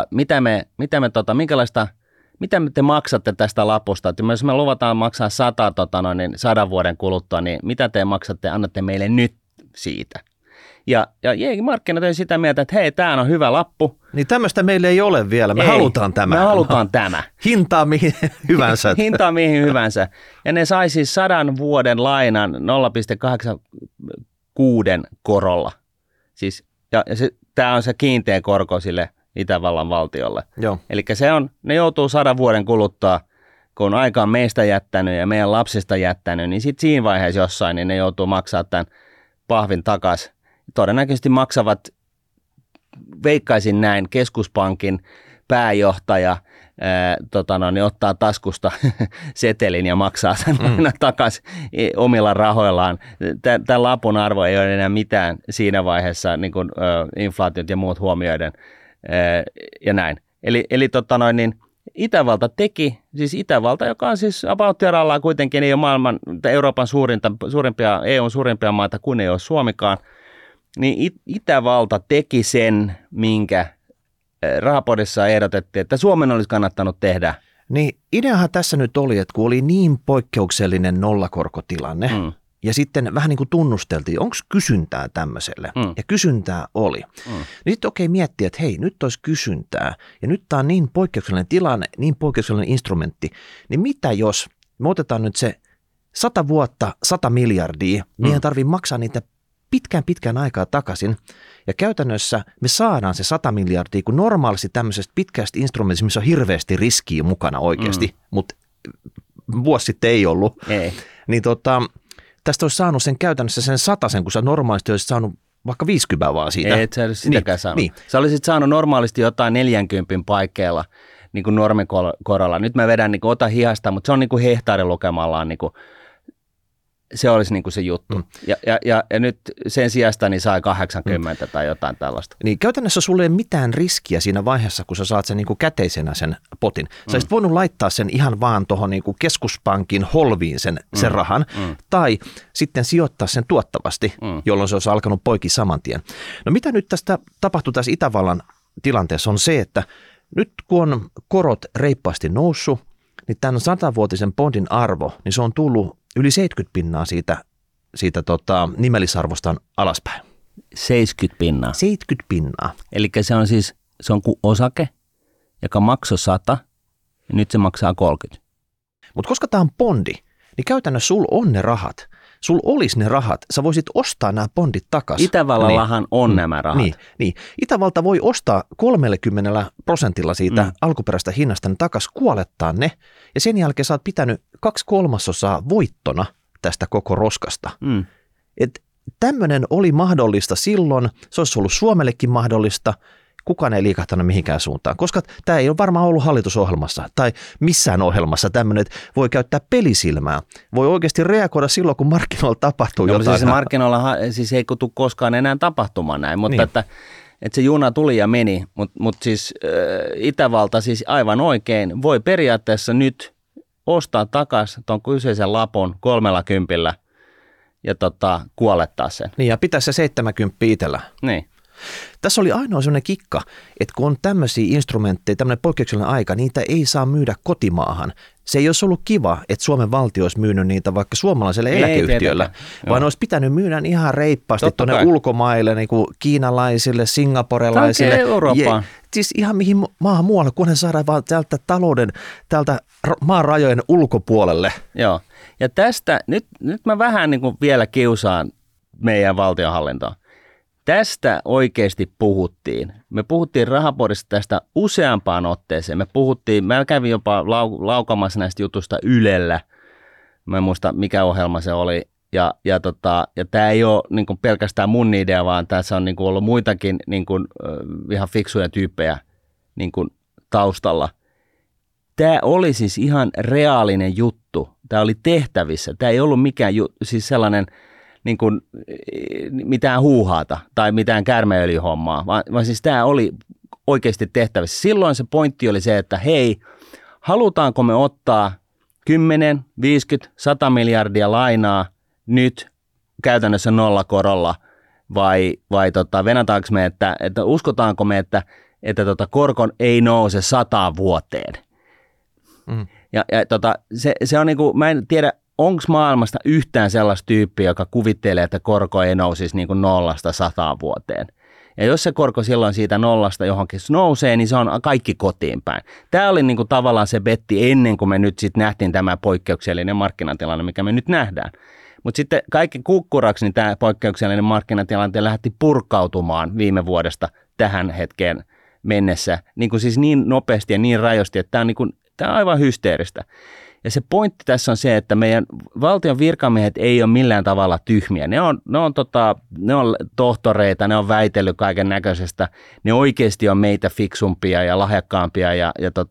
S1: mitä te maksatte tästä lapusta? Että jos me luvataan maksaa 100 vuoden kuluttua, niin mitä te maksatte, annatte meille nyt siitä? Ja markkinat on sitä mieltä, että hei, tämä on hyvä lappu.
S2: Niin tämmöistä meillä ei ole vielä, me halutaan tämä.
S1: Me halutaan tämä.
S2: Hintaa mihin hyvänsä.
S1: Hintaa mihin hyvänsä. Ja ne sai siis 100 vuoden lainan 0,86 korolla. Siis, tämä on se kiinteä korko sille Itävallan valtiolle. Eli ne joutuu 100 vuoden kuluttua, kun aika on meistä jättänyt ja meidän lapsista jättänyt, niin sitten siinä vaiheessa jossain niin ne joutuu maksaa tämän pahvin takaisin. Todennäköisesti maksavat, veikkaisin näin, keskuspankin pääjohtaja ottaa taskusta setelin ja maksaa sen takaisin omilla rahoillaan. Tämän lapun arvo ei ole enää mitään siinä vaiheessa, niin kuin inflaatiot ja muut huomioiden ja näin. Eli Itävalta teki, siis Itävalta, joka on siis about jarallaan kuitenkin, ei ole Euroopan suurimpia, EUn suurimpia maita, kun ei ole Suomikaan, niin Itävalta teki sen, minkä Rahapodissa ehdotettiin, että Suomen olisi kannattanut tehdä.
S2: Niin ideahan tässä nyt oli, että kun oli niin poikkeuksellinen nollakorkotilanne, ja sitten vähän niin kuin tunnusteltiin, onko kysyntää tämmöiselle, ja kysyntää oli. Niin sitten miettiä, että hei, nyt olisi kysyntää, ja nyt tämä on niin poikkeuksellinen tilanne, niin poikkeuksellinen instrumentti, niin mitä jos me otetaan nyt se 100 vuotta, 100 miljardia, meidän tarvitsee maksaa niitä pitkään aikaa takaisin, ja käytännössä me saadaan se 100 miljardia, kun normaalisti tämmöisestä pitkästä instrumentista, missä on hirveästi riskiä mukana oikeasti, mutta vuosi sitten ei ollut, niin tästä olisi saanut sen käytännössä sen 100, kun sä normaalisti olisit saanut vaikka 50 vaan siitä.
S1: Ei, sä olisi sitäkään saanut. Niin. Sä olisit saanut normaalisti jotain 40 paikkeilla niin kuin normikorolla. Nyt mä vedän niin kuin, ota hihasta, mutta se on niin kuin hehtaarilukemalla niin kuin, se olisi niin kuin se juttu. Ja nyt sen sijasta niin sai 80 tai jotain tällaista.
S2: Niin käytännössä sulla ei ole mitään riskiä siinä vaiheessa, kun sä saat sen niin kuin käteisenä sen potin. Sä olisit voinut laittaa sen ihan vaan tuohon niin kuin keskuspankin holviin sen rahan, tai sitten sijoittaa sen tuottavasti, jolloin se olisi alkanut poikki saman tien. No mitä nyt tästä tapahtui tässä Itävallan tilanteessa on se, että nyt kun on korot reippaasti noussut, niin tämän 100-vuotisen bondin arvo, niin se on tullut yli 70% siitä nimellisarvostaan alaspäin.
S1: 70%.
S2: 70%.
S1: Eli se on kuin osake, joka maksoi 100, ja nyt se maksaa 30.
S2: Mutta koska tämä on bondi, niin käytännössä sulla on ne rahat. Sulla olisi ne rahat, sä voisit ostaa nämä bondit takaisin.
S1: Itävallallahan on nämä rahat.
S2: Niin. Itävalta voi ostaa 30% siitä alkuperäistä hinnasta ne takaisin, kuolettaa ne, ja sen jälkeen sä oot pitänyt 2/3 voittona tästä koko roskasta. Tämmöinen oli mahdollista silloin, se olisi ollut Suomellekin mahdollista, kukaan ei liikahtanut mihinkään suuntaan, koska tämä ei ole varmaan ollut hallitusohjelmassa tai missään ohjelmassa tämmöinen, että voi käyttää pelisilmää. Voi oikeasti reagoida silloin, kun markkinoilla tapahtuu jotain.
S1: Siis markkinoilla siis ei tule koskaan enää tapahtumaan näin, mutta että se juna tuli ja meni, mutta siis Itävalta siis aivan oikein voi periaatteessa nyt ostaa takaisin tuon kyseisen lapun 30 ja kuolettaa sen.
S2: Niin ja pitää se 70 itsellä.
S1: Niin.
S2: Tässä oli ainoa sellainen kikka, että kun on tämmöisiä instrumentteja, tämmöinen poikkeuksellinen aika, niitä ei saa myydä kotimaahan. Se ei olisi ollut kiva, että Suomen valtio olisi myynyt niitä vaikka suomalaiselle eläkeyhtiölle, vaan olisi pitänyt myydä ihan reippaasti tuonne ulkomaille, niin kuin kiinalaisille, singaporelaisille.
S1: Eurooppaan.
S2: Siis ihan mihin maahan muualle, kunhan saadaan vaan tältä maan rajojen ulkopuolelle.
S1: Joo, ja tästä, nyt mä vähän niin kuin vielä kiusaan meidän valtionhallintoa. Tästä oikeasti puhuttiin. Me puhuttiin Rahapodissa tästä useampaan otteeseen. Mä kävin jopa laukamassa näistä jutusta Ylellä Mä en muista, mikä ohjelma se oli. Ja tämä ei ole niin kuin pelkästään mun idea, vaan tässä on niin kuin ollut muitakin niin kuin, ihan fiksuja tyyppejä niin kuin taustalla. Tämä oli siis ihan reaalinen juttu. Tämä oli tehtävissä. Tämä ei ollut mikään siis sellainen niin kuin, mitään huuhaata tai mitään käärmeöljyhommaa, vaan siis tämä oli oikeasti tehtävissä. Silloin se pointti oli se, että hei, halutaanko me ottaa 10, 50, 100 miljardia lainaa nyt käytännössä nollakorolla vai venataanko me, että uskotaanko me, että korko ei nouse 100 vuoteen. Mm. Ja se on niinku, mä en tiedä, onko maailmasta yhtään sellaista tyyppiä, joka kuvittelee, että korko ei nousisi niinku 0-100 vuoteen. Ja jos se korko silloin siitä 0 johonkin nousee, niin se on kaikki kotiin päin. Tämä oli niinku tavallaan se betti ennen kuin me nyt sitten nähtiin tämä poikkeuksellinen markkinatilanne, mikä me nyt nähdään. Mutta sitten kaikki kukkuraksi, niin tämä poikkeuksellinen markkinatilanne lähti purkautumaan viime vuodesta tähän hetkeen mennessä. Niin kuin siis niin nopeasti ja niin rajosti, että tämä on aivan hysteeristä. Ja se pointti tässä on se, että meidän valtion virkamiehet ei ole millään tavalla tyhmiä. Ne on tohtoreita, ne on väitellyt kaiken näköisestä. Ne oikeasti on meitä fiksumpia ja lahjakkaampia ja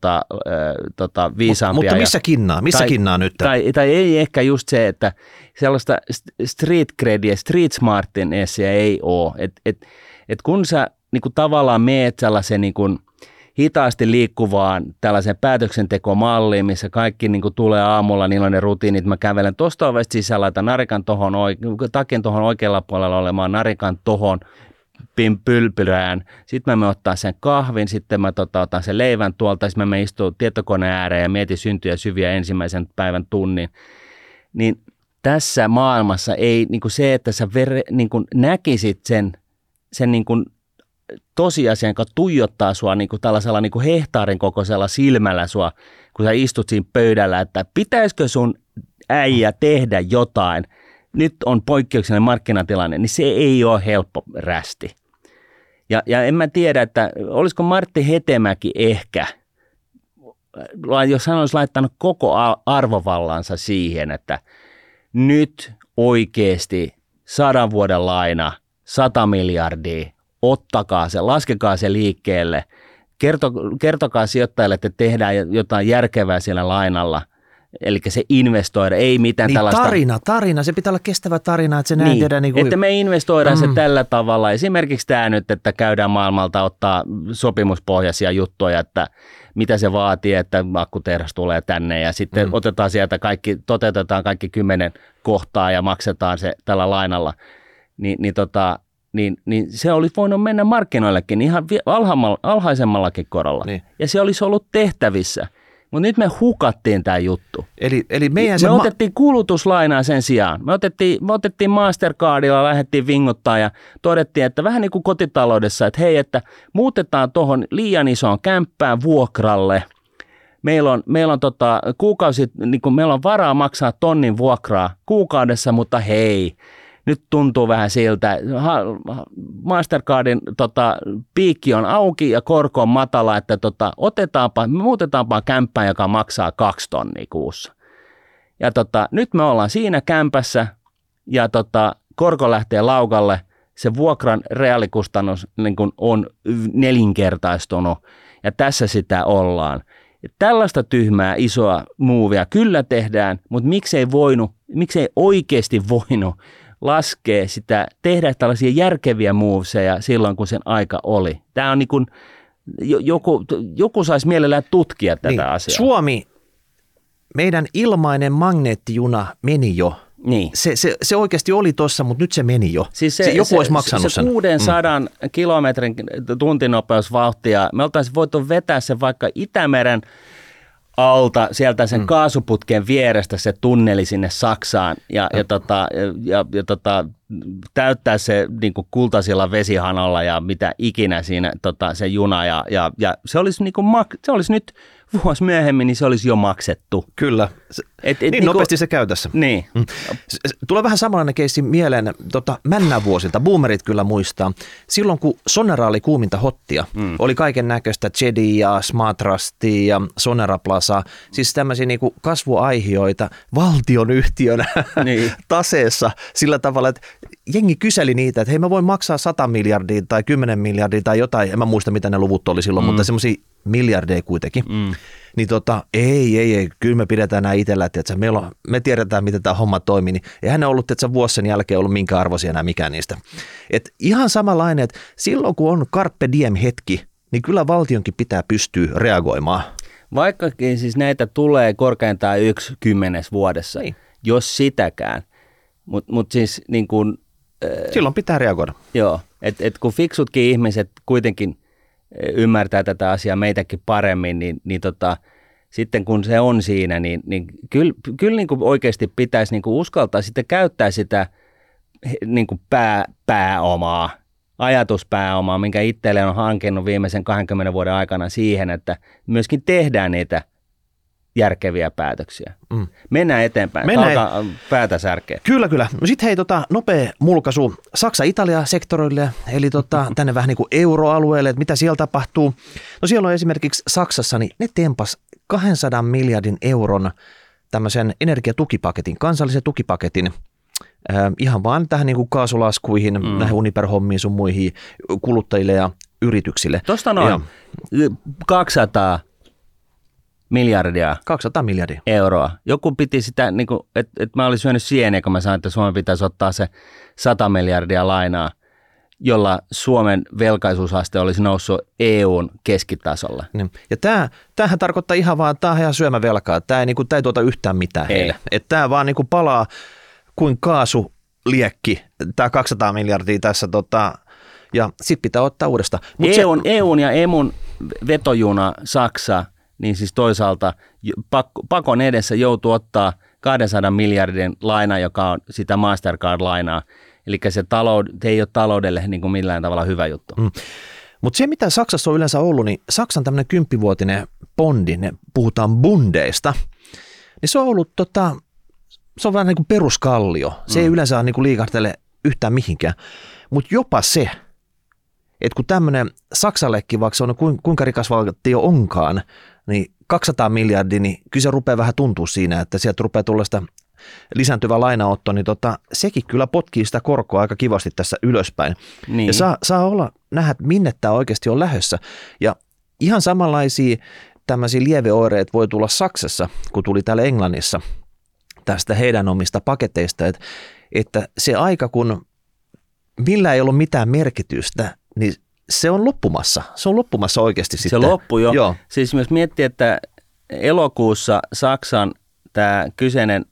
S1: viisaampia. Mutta
S2: missä kinnaa? Missä kinnaa nyt?
S1: Tai ei ehkä just se, että sellaista street crediä, street smartness ei ole. Et kun sä niinku tavallaan meet sellaisen niinku hitaasti liikkuvaan tällaiseen päätöksentekomalliin, missä kaikki niin kuin tulee aamulla, niillä on ne rutiinit. Mä kävelen tuosta ovesta sisään, laitan takin tuohon oikealla puolella olemaan narikan tuohon pylpyrään. Sitten mä ottaa sen kahvin, sitten mä otan sen leivän tuolta, sitten mä istun tietokoneen ääreen ja mietin syntyjä syviä ensimmäisen päivän tunnin. Niin tässä maailmassa ei niin kuin se, että sä niin kuin näkisit sen niin kuin tosiasian, joka tuijottaa sua niin kuin tällaisella niin kuin hehtaarin kokoisella silmällä sua, kun sä istut siinä pöydällä, että pitäisikö sun äijä tehdä jotain, nyt on poikkeuksellinen markkinatilanne, niin se ei ole helppo rästi. Ja en mä tiedä, että olisiko Martti Hetemäki ehkä, jos hän olisi laittanut koko arvovallansa siihen, että nyt oikeasti 100 vuoden laina, 100 miljardia, ottakaa se, laskekaa se liikkeelle, kertokaa sijoittajille, että tehdään jotain järkevää siellä lainalla, eli se investoida, ei mitään niin tällaista.
S2: Tarina, se pitää olla kestävä tarina, että se näin tehdään. Niin kuin...
S1: Että me investoidaan se tällä tavalla, esimerkiksi tämä nyt, että käydään maailmalta ottaa sopimuspohjaisia juttuja, että mitä se vaatii, että akkutehdas tulee tänne ja sitten otetaan sieltä toteutetaan kaikki 10 kohtaa ja maksetaan se tällä lainalla, niin se olisi voinut mennä markkinoillekin ihan alhaisemmallakin korolla. Niin. Ja se olisi ollut tehtävissä. Mutta nyt me hukattiin tämä juttu.
S2: Eli me
S1: otettiin kulutuslainaa sen sijaan. Me otettiin Mastercardilla, lähdettiin vingottaa ja todettiin, että vähän niin kuin kotitaloudessa, että hei, että muutetaan tuohon liian isoon kämppään vuokralle. Meillä on kuukausi, niin kuin meillä on varaa maksaa 1 000 vuokraa kuukaudessa, mutta hei, nyt tuntuu vähän siltä, Mastercardin piikki on auki ja korko on matala, että muutetaanpa kämppään, joka maksaa 2 000 kuussa. Ja nyt me ollaan siinä kämpässä ja korko lähtee laukalle, se vuokran reaalikustannus niin kun on 4-kertaistunut ja tässä sitä ollaan. Ja tällaista tyhmää isoa muuvia kyllä tehdään, mutta miksei oikeasti voinut laskee sitä, tehdä tällaisia järkeviä moveseja silloin, kun sen aika oli. Tämä on niin kuin, joku saisi mielellään tutkia tätä asiaa.
S2: Suomi, meidän ilmainen magneettijuna meni jo.
S1: Niin.
S2: Se oikeasti oli tuossa, mutta nyt se meni jo.
S1: Siis
S2: joku olisi maksanut
S1: sen. 600 kilometrin tuntinopeusvauhtia, me oltaisiin voitu vetää se vaikka Itämeren alta, sieltä sen kaasuputken vierestä se tunneli sinne Saksaan ja täyttää se niin kuin kultaisilla vesihanolla ja mitä ikinä siinä se juna ja se olisi, niin kuin se olisi nyt vuosi myöhemmin, niin se olisi jo maksettu.
S2: Kyllä. Niin nopeasti se käy tässä.
S1: Niin.
S2: Tulee vähän samanlainen keissi mieleen männävuosilta. Boomerit kyllä muistaa. Silloin kun Sonera oli kuuminta hottia, oli kaiken näköistä Jedia, Smartrustia ja Sonera Plaza, siis tämmöisiä niinku kasvuaihioita valtionyhtiönä taseessa sillä tavalla, että jengi kyseli niitä, että hei mä voin maksaa 100 miljardia tai 10 miljardia tai jotain, en mä muista mitä ne luvut oli silloin, mutta semmoisia miljardeja kuitenkin. Niin ei, kyllä me pidetään nämä itsellä, että me tiedetään, miten tämä homma toimii, niin eihän ne ollut, että vuosi sen jälkeen ollut minkä arvoisia enää mikään niistä. Et ihan samanlainen, että silloin kun on carpe diem hetki, niin kyllä valtionkin pitää pystyä reagoimaan.
S1: Vaikkakin siis näitä tulee korkeintaan 1/10 vuodessa, niin. Jos sitäkään, mutta siis niin kuin...
S2: Silloin pitää reagoida.
S1: Joo, että kun fiksutkin ihmiset kuitenkin ymmärtää tätä asiaa meitäkin paremmin, niin sitten kun se on siinä, niin kyllä niin kuin oikeasti pitäisi niin kuin uskaltaa sitten käyttää sitä niin kuin pääomaa, ajatuspääomaa, minkä itselleen on hankinut viimeisen 20 vuoden aikana siihen, että myöskin tehdään niitä järkeviä päätöksiä. Mennään eteenpäin. Alkaa päätä särkeä.
S2: Kyllä. No sitten hei, nopea mulkaisu Saksa-Italia-sektorille, eli tänne vähän niin kuin euroalueelle, että mitä siellä tapahtuu. No siellä on esimerkiksi Saksassa, niin ne tempas 200 miljardin euron tämmöisen energiatukipaketin, kansallisen tukipaketin, ihan vaan tähän niin kuin kaasulaskuihin, näihin Uniper-hommiin sun muihin kuluttajille ja yrityksille.
S1: Tuosta noin 200 miljardia.
S2: 200 miljardia
S1: euroa. Joku piti sitä, niin että mä olin syönyt sieniä, kun mä sanoin, että Suomen pitäisi ottaa se 100 miljardia lainaa, jolla Suomen velkaisuusaste olisi noussut EUn keskitasolle.
S2: Niin. Ja tämähän tarkoittaa ihan vaan, että tämä on ihan syömävelkaa. Tämä ei tuota yhtään mitään heille. Että tämä vaan niin kuin palaa kuin kaasuliekki, tämä 200 miljardia tässä, ja sitten pitää ottaa uudestaan.
S1: EUn ja EMUn vetojuna Saksa, niin siis toisaalta pakon edessä joutuu ottaa 200 miljardin laina, joka on sitä Mastercard-lainaa. Eli se ei ole taloudelle niin kuin millään tavalla hyvä juttu.
S2: Mutta se, mitä Saksassa on yleensä ollut, niin Saksan tämmöinen 10-vuotinen bondi, ne puhutaan bundeista, niin se on ollut se on vähän niin kuin peruskallio. Se ei yleensä niin kuin liikahtele yhtään mihinkään. Mutta jopa se, että kun tämmöinen Saksallekin, vaikka se on kuinka rikas valtio onkaan, niin 200 miljardia, niin kyllä se rupeaa vähän tuntua siinä, että sieltä rupeaa tulla sitä lisääntyvä lainaotto, niin sekin kyllä potkii sitä korkoa aika kivasti tässä ylöspäin. Niin. Ja saa olla nähdä, minne tämä oikeasti on lähdössä. Ja ihan samanlaisia tämmöisiä lieveoireita voi tulla Saksassa, kun tuli täällä Englannissa tästä heidän omista paketeista, että se aika, kun millä ei ollut mitään merkitystä, niin se on loppumassa. Se on loppumassa oikeasti sitten.
S1: Se loppui jo. Joo. Siis myös miettii, että elokuussa Saksan tämä kyseinen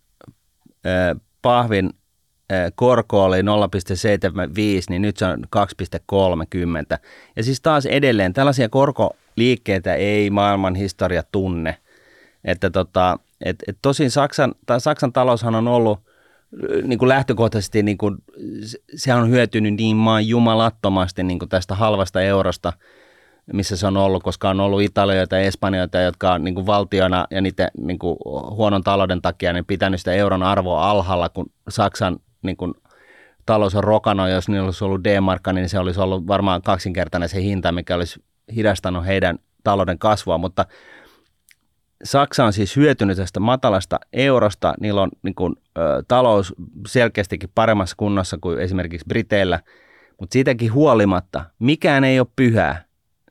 S1: pahvin korko oli 0,75, niin nyt se on 2,30. Ja siis taas edelleen tällaisia korkoliikkeitä ei maailman historia tunne. Että tosin Saksan taloushan on ollut niin kuin lähtökohtaisesti, niin kuin, se on hyötynyt niin jumalattomasti niin kuin tästä halvasta eurosta, missä se on ollut, koska on ollut Italioita ja Espanjoita, jotka on niin kuin valtiona ja niiden niin kuin huonon talouden takia niin pitänyt sitä euron arvoa alhaalla, kun Saksan niin kuin talous on rokannut, jos niillä olisi ollut D-markka, niin se olisi ollut varmaan kaksinkertainen se hinta, mikä olisi hidastanut heidän talouden kasvua, mutta Saksa on siis hyötynyt tästä matalasta eurosta, niillä on niin kuin, talous selkeästikin paremmassa kunnossa kuin esimerkiksi Briteillä, mutta siitäkin huolimatta mikään ei ole pyhää.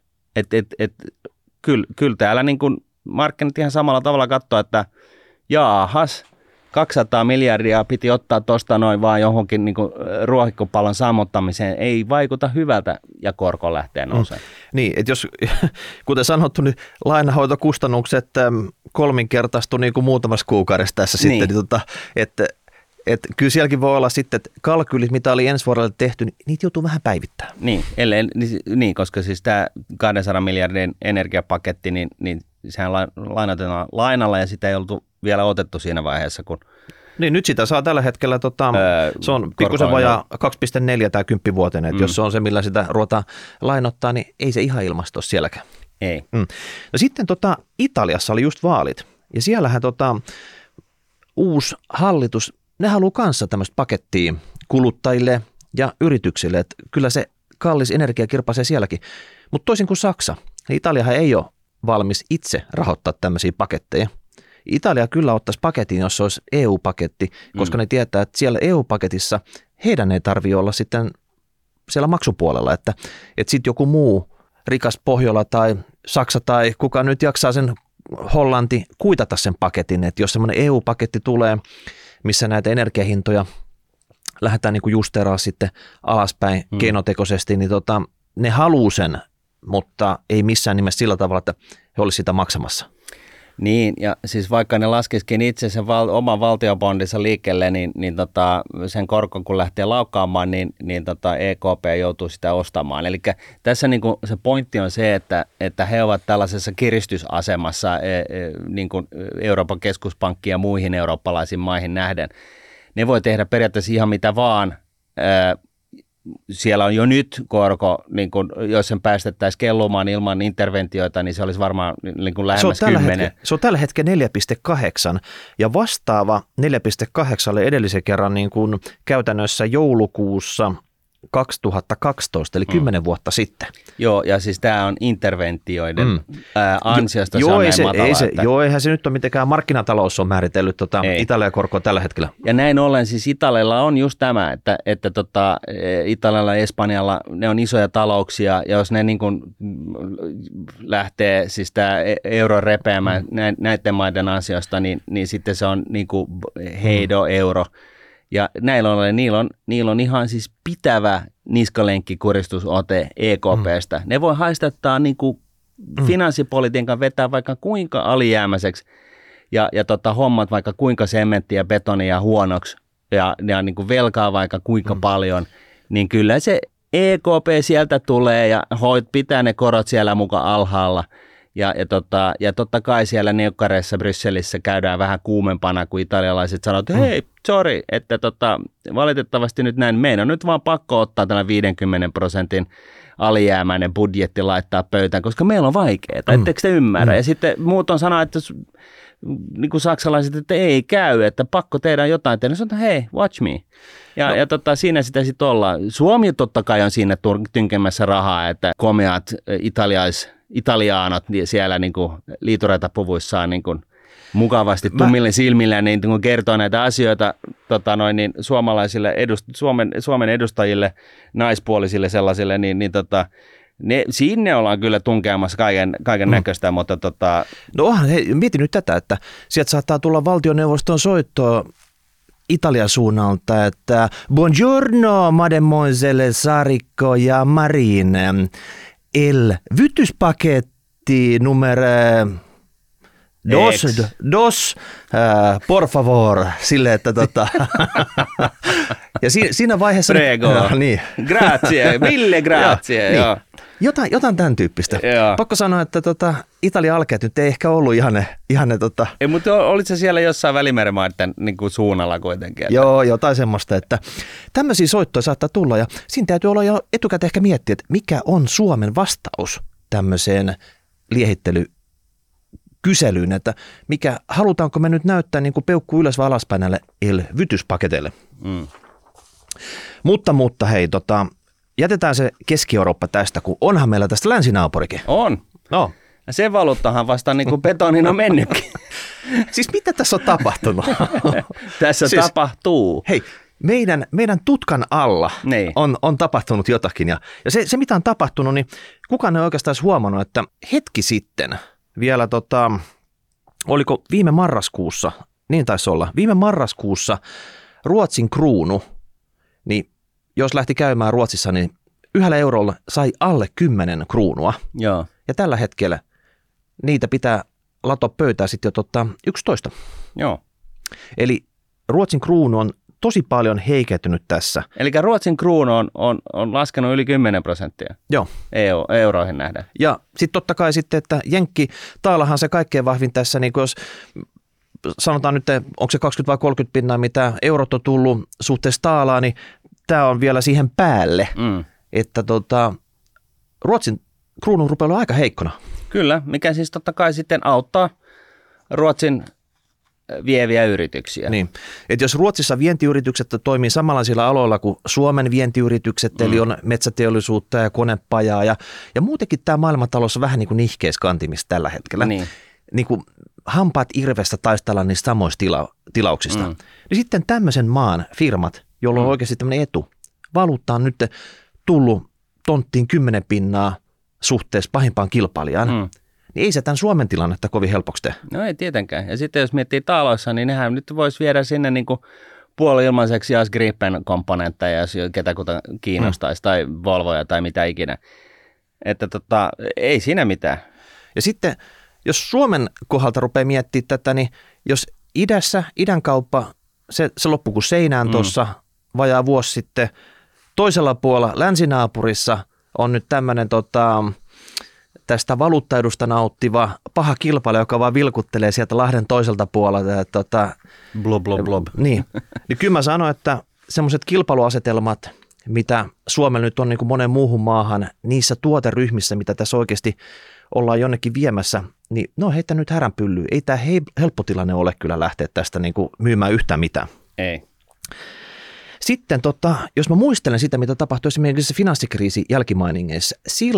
S1: Kyllä täällä niin kuin markkinat ihan samalla tavalla katsoo, että jaahas, 200 miljardia piti ottaa tuosta noin vaan johonkin niin kuin ruohikkopallon sammuttamiseen, ei vaikuta hyvältä ja korko lähtee nousemaan.
S2: Niin, että jos, kuten sanottu, niin lainahoitokustannukset kolminkertaistu niin kuin muutamassa kuukaudessa tässä sitten, niin että kyllä sielläkin voi olla sitten, että kalkylit, mitä oli ensi vuodelle tehty, niin niitä joutuu vähän päivittämään.
S1: Niin, koska siis tämä 200 miljardin energiapaketti, niin sehän lainatetaan lainalla ja sitä ei oltu vielä otettu siinä vaiheessa, kun
S2: Niin, nyt sitä saa tällä hetkellä, se on pikkusen vajaa 2,4 tai 10-vuotinen, että jos se on se, millä sitä ruvetaan lainottaa, niin ei se ihan ilmasto sielläkään.
S1: Ei.
S2: No sitten Italiassa oli just vaalit, ja siellähän uusi hallitus, ne haluaa kanssa tämmöistä pakettia kuluttajille ja yrityksille, että kyllä se kallis energia kirpaisee sielläkin, mutta toisin kuin Saksa, niin Italiahan ei ole valmis itse rahoittaa tämmöisiä paketteja. Italia kyllä ottaisi paketin, jos se olisi EU-paketti, koska ne tietää, että siellä EU-paketissa heidän ei tarvitse olla sitten siellä maksupuolella, että sitten joku muu rikas Pohjola tai Saksa tai kuka nyt jaksaa sen Hollanti kuitata sen paketin, että jos semmoinen EU-paketti tulee, missä näitä energiahintoja lähdetään niin kuin justeeraa sitten alaspäin keinotekoisesti, niin ne haluaa sen, mutta ei missään nimessä sillä tavalla, että he olisivat sitä maksamassa.
S1: Niin, ja siis vaikka ne laskisikin itse sen oman valtiobondinsa liikkeelle, niin sen korko kun lähtee laukkaamaan, niin EKP joutuu sitä ostamaan. Eli tässä niin kuin se pointti on se, että he ovat tällaisessa kiristysasemassa niin kuin Euroopan keskuspankki ja muihin eurooppalaisiin maihin nähden. Ne voi tehdä periaatteessa ihan mitä vaan. Siellä on jo nyt korko, niin kun, jos sen päästettäisiin kellumaan ilman interventioita, niin se olisi varmaan niin kuin lähemmäs 10.
S2: Se on tällä hetkellä 4,8 ja vastaava 4,8 oli edellisen kerran niin kuin käytännössä joulukuussa 2012, eli 10 vuotta sitten.
S1: Joo, ja siis tämä on interventioiden ansiosta se on näin matala.
S2: Joo, eihän se nyt ole mitenkään markkinatalous on määritellyt Italian korkoa tällä hetkellä.
S1: Ja näin ollen siis Italialla on just tämä, että Italialla ja Espanjalla ne on isoja talouksia, ja jos ne niin kuin lähtee siis tämä euro repeämään näiden maiden ansiosta, niin sitten se on niin kuin heido-euro. Ja näillä ollen niillä on ihan siis pitävä niskalenkki-kuristusote EKP:stä. Ne voi haistattaa niin kuin finanssipolitiikan vetää vaikka kuinka alijäämäiseksi ja hommat vaikka kuinka sementtiä ja betonia huonoksi ja niin kuin velkaa vaikka kuinka paljon, niin kyllä se EKP sieltä tulee ja pitää ne korot siellä mukaan alhaalla. Ja totta kai siellä neukkareissa Brysselissä käydään vähän kuumempana, kun italialaiset sanoo, että hei, sorry, että valitettavasti nyt näin, meidän on nyt vaan pakko ottaa tällainen 50% alijäämäinen budjetti laittaa pöytään, koska meillä on vaikeaa, etteikö te ymmärrä? Ja sitten muut on sanoo, että niin kuin saksalaiset, että ei käy, että pakko tehdä jotain tehdä. Sanotaan, hei, watch me. Ja siinä sitä sitten ollaan. Suomi totta kai on siinä tynkemässä rahaa, että komeat italiaanot siellä niin kuin liituraitapuvuissaan niin kuin mukavasti tummille silmillä niin kuin kertoo näitä asioita niin suomalaisille Suomen edustajille, naispuolisille sellaisille, sinne ollaan kyllä tunkeamassa kaiken näköistä, mutta
S2: No onhan, hei, mieti nyt tätä, että sieltä saattaa tulla valtioneuvoston soittoa Italian suunnalta, että buongiorno mademoiselle Saarikko ja Marin, el vytyspaketti numero dos, por favor, silleen, että ja siinä vaiheessa
S1: prego,
S2: niin.
S1: Grazie, mille grazie, joo.
S2: Jotain tämän tyyppistä. Joo. Pakko sanoa, että Italian alkeet nyt ei ehkä ollut ihan ne
S1: Ei, mutta olit se siellä jossain Välimerenmaiden niin kuin suunnalla kuitenkin? Että...
S2: Joo, jotain semmoista, että tämmöisiä soittoja saattaa tulla ja siinä täytyy olla jo etukäteen ehkä miettiä, että mikä on Suomen vastaus tämmöiseen liehittelykyselyyn, että halutaanko me nyt näyttää niin kuin peukku ylös vai alaspäin näille vytyspaketeille. Mutta hei, jätetään se Keski-Eurooppa tästä, kun onhan meillä tästä länsinaapurikin.
S1: On.
S2: No.
S1: Ja se valuuttahan vasta niin kuin betonin on mennytkin.
S2: Siis mitä tässä on tapahtunut?
S1: Tässä tapahtuu.
S2: Hei, meidän tutkan alla on tapahtunut jotakin. Ja se, mitä on tapahtunut, niin kukaan ei oikeastaan huomannut, että hetki sitten vielä, oliko viime marraskuussa, niin taisi olla, viime marraskuussa Ruotsin kruunu, niin jos lähti käymään Ruotsissa, niin 1 eurolla sai alle 10 kruunua.
S1: Joo.
S2: Ja tällä hetkellä niitä pitää latoa pöytää sitten jo 11.
S1: Joo.
S2: Eli Ruotsin kruunu on tosi paljon heikentynyt tässä.
S1: Eli Ruotsin kruunu on laskenut yli 10%.
S2: Joo.
S1: Euroihin nähdään.
S2: Ja sitten totta kai sitten, että jenkki taalahan se kaikkein vahvin tässä, niin jos sanotaan nyt, onko se 20 vai 30 pinnaa, mitä eurot on tullut suhteessa taalaan, niin tämä on vielä siihen päälle, että Ruotsin kruunu rupeaa olla aika heikkona.
S1: Kyllä, mikä siis totta kai sitten auttaa Ruotsin vieviä yrityksiä.
S2: Niin, että jos Ruotsissa vientiyritykset toimii samanlaisilla aloilla kuin Suomen vientiyritykset, eli on metsäteollisuutta ja konepajaa, ja muutenkin tämä maailmantalous on vähän niin kuin nihkeiskantimista tällä hetkellä. Niin kuin hampaat irvestä taistella niistä samoista tilauksista. Niin sitten tämmöisen maan firmat, jolla on oikeasti tämmöinen etu, valuutta on nyt tullut tonttiin 10 pinnaa suhteessa pahimpaan kilpailijaan, niin ei se tämän Suomen tilannetta kovin helpoksi tee.
S1: No ei tietenkään. Ja sitten jos miettii taaloissa, niin nehän nyt voisi viedä sinne niin kuin puoli-ilmaiseksi JAS Gripen-komponentteja, jos ketäkuta kiinnostaisi, tai Volvoja tai mitä ikinä. Että ei siinä mitään.
S2: Ja sitten, jos Suomen kohdalta rupeaa miettimään tätä, niin jos idän kauppa, se loppui kuin seinään tuossa vajaa vuosi sitten, toisella puolella länsinaapurissa on nyt tämmöinen tästä valuuttaedusta nauttiva paha kilpailija, joka vaan vilkuttelee sieltä Lahden toiselta puolelta.
S1: Blob, blob, blob.
S2: Niin kyllä mä sanon, että semmoiset kilpailuasetelmat, mitä Suomella nyt on niin kuin monen muuhun maahan, niissä tuoteryhmissä, mitä tässä oikeasti ollaan jonnekin viemässä, niin ne on heittänyt häränpyllyyn. Ei tämä helppo tilanne ole kyllä lähteä tästä niin kuin myymään yhtään mitään.
S1: Ei.
S2: Sitten jos mä muistelen sitä, mitä tapahtui esimerkiksi finanssikriisi jälkimainingeissa,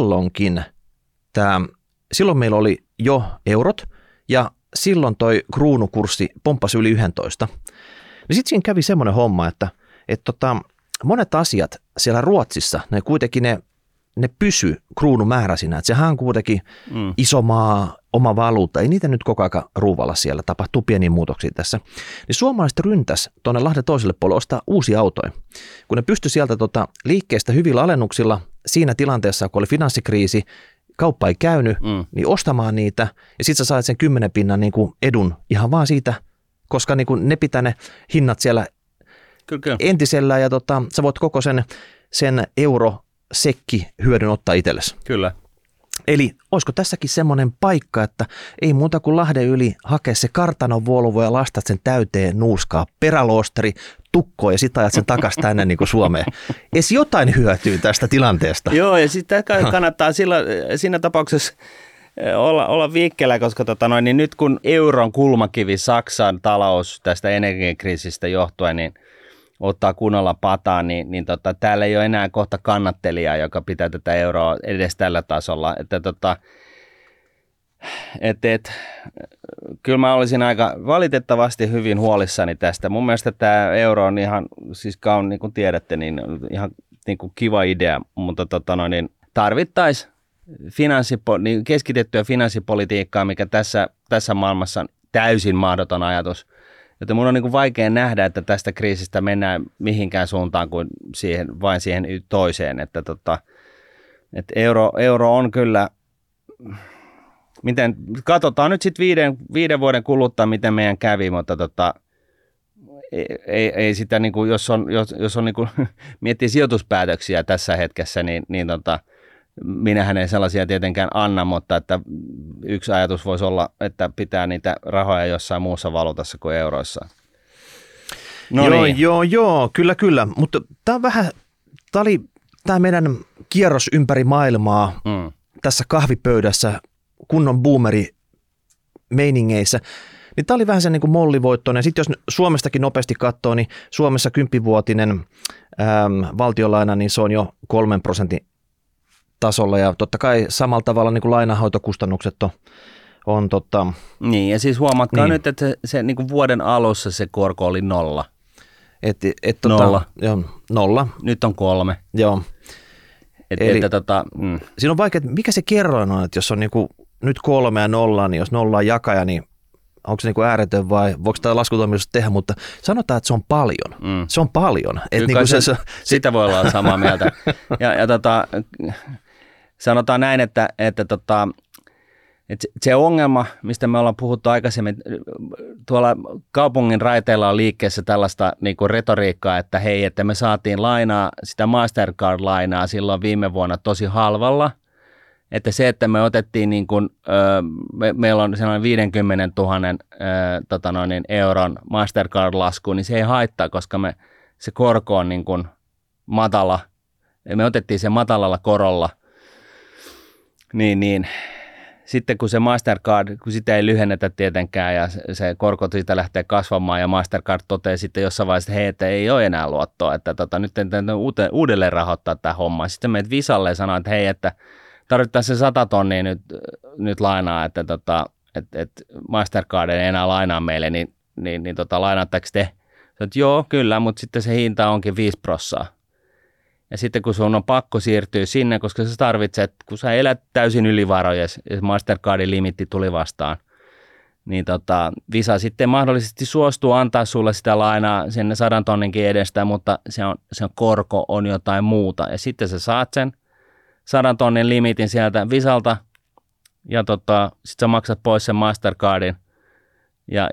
S2: silloin meillä oli jo eurot ja silloin toi kruunukurssi pomppasi yli 11. Niin sitten siinä kävi semmoinen homma, että monet asiat siellä Ruotsissa, ne kuitenkin ne pysy kruunumääräisinä. Että sehän on kuitenkin iso maa, oma valuutta. Ei niitä nyt koko ajan ruuvalla siellä, tapahtuu pieniä muutoksia tässä. Niin suomalaiset ryntäs tuonne Lahden toiselle puolelle ostaa uusia autoja. Kun ne pystyi sieltä liikkeestä hyvillä alennuksilla siinä tilanteessa, kun oli finanssikriisi, kauppa ei käynyt, niin ostamaan niitä. Ja sitten sä saat sen 10 pinnan niin kuin edun ihan vaan siitä, koska niin kuin ne pitää ne hinnat siellä
S1: Kyllä.
S2: entisellään. Ja sä voit koko sen eurosekki hyödyn ottaa itsellesi.
S1: Kyllä.
S2: Eli olisiko tässäkin semmoinen paikka, että ei muuta kuin Lahden yli hakea se kartanon Volvo ja lastat sen täyteen nuuskaa, peräloosteri, tukkoa ja sitten ajat sen takaisin tänne niin kuin Suomeen. Edes jotain hyötyy tästä tilanteesta.
S1: Joo, ja sitten kannattaa siinä tapauksessa olla viikkeellä, koska niin nyt kun euron kulmakivi Saksan talous tästä energiakriisistä johtuen, niin ottaa kunnolla pataa, niin täällä ei ole enää kohta kannattelijaa, joka pitää tätä euroa edes tällä tasolla. Kyllä mä olisin aika valitettavasti hyvin huolissani tästä. Mun mielestä tämä euro on ihan, siis niin kuin tiedätte, niin ihan niin kuin kiva idea, mutta niin tarvittaisiin niin keskitettyä finanssipolitiikkaa, mikä tässä maailmassa on täysin mahdoton ajatus. Joten mun on niin kuin vaikea nähdä, että tästä kriisistä mennään mihinkään suuntaan kuin vain siihen toiseen. Että euro on kyllä, katsotaan nyt sitten viiden vuoden kuluttua, miten meidän kävi, mutta ei sitä, niin kuin, jos on niin kuin, miettii sijoituspäätöksiä tässä hetkessä, niin minähän ei sellaisia tietenkään anna, mutta että yksi ajatus voisi olla, että pitää niitä rahoja jossain muussa valuutassa kuin euroissa.
S2: No niin. Joo, kyllä. Mutta tämä oli tämä meidän kierros ympäri maailmaa tässä kahvipöydässä kunnon boomeri-meiningeissä. Niin tämä oli vähän se niin kuin mollivoittoinen. Ja sitten jos Suomestakin nopeasti katsoo, niin Suomessa 10-vuotinen valtionlaina, niin se on jo 3% tasolla ja totta kai samalla tavalla niin kuin lainahoitokustannukset on
S1: Niin ja siis huomatkaa nyt, että se niin kuin vuoden alussa se korko oli 0.
S2: Nolla. Joo, 0.
S1: Nyt on 3.
S2: Joo. Siinä on vaikea, että mikä se kerroin on, että jos on niin kuin nyt 3 ja 0, niin jos 0 on jakaja, niin onko se niin kuin ääretön vai voiko tämä laskutoimitus tehdä, mutta sanotaan, että se on paljon. Se on paljon.
S1: Kyllä niin kuin sitä voi olla samaa mieltä. ja sanotaan näin, että se ongelma, mistä me ollaan puhuttu aikaisemmin, tuolla kaupungin raiteilla on liikkeessä tällaista niin kuin retoriikkaa, että hei, että me saatiin lainaa, sitä Mastercard-lainaa silloin viime vuonna tosi halvalla, että se, että me otettiin niin kuin, meillä on sellainen 50 000 euron Mastercard-lasku, niin se ei haittaa, koska se korko on niin kuin matala. Me otettiin sen matalalla korolla, niin sitten kun se Mastercard, kun sitä ei lyhennetä tietenkään ja se korko siitä lähtee kasvamaan ja Mastercard toteaa sitten jossain vaiheessa, että hei, että ei ole enää luottoa, että nyt uudelleen rahoittaa tämä homma. Sitten meidät Visalle ja sanoo, että hei, että tarvittaisiin se 100 tonnia nyt lainaa, että Mastercard ei enää lainaa meille, niin lainaatteko te? Että joo, kyllä, mutta sitten se hinta onkin 5%. Ja sitten kun sun on pakko siirtyä sinne, koska sä tarvitset, kun sä elät täysin ylivaroja ja Mastercardin limitti tuli vastaan, niin Visa sitten mahdollisesti suostuu antaa sulle sitä lainaa sinne 100 tonninkin edestä, mutta se korko on jotain muuta. Ja sitten sä saat sen 100 tonnin limitin sieltä Visalta ja sitten sä maksat pois sen Mastercardin ja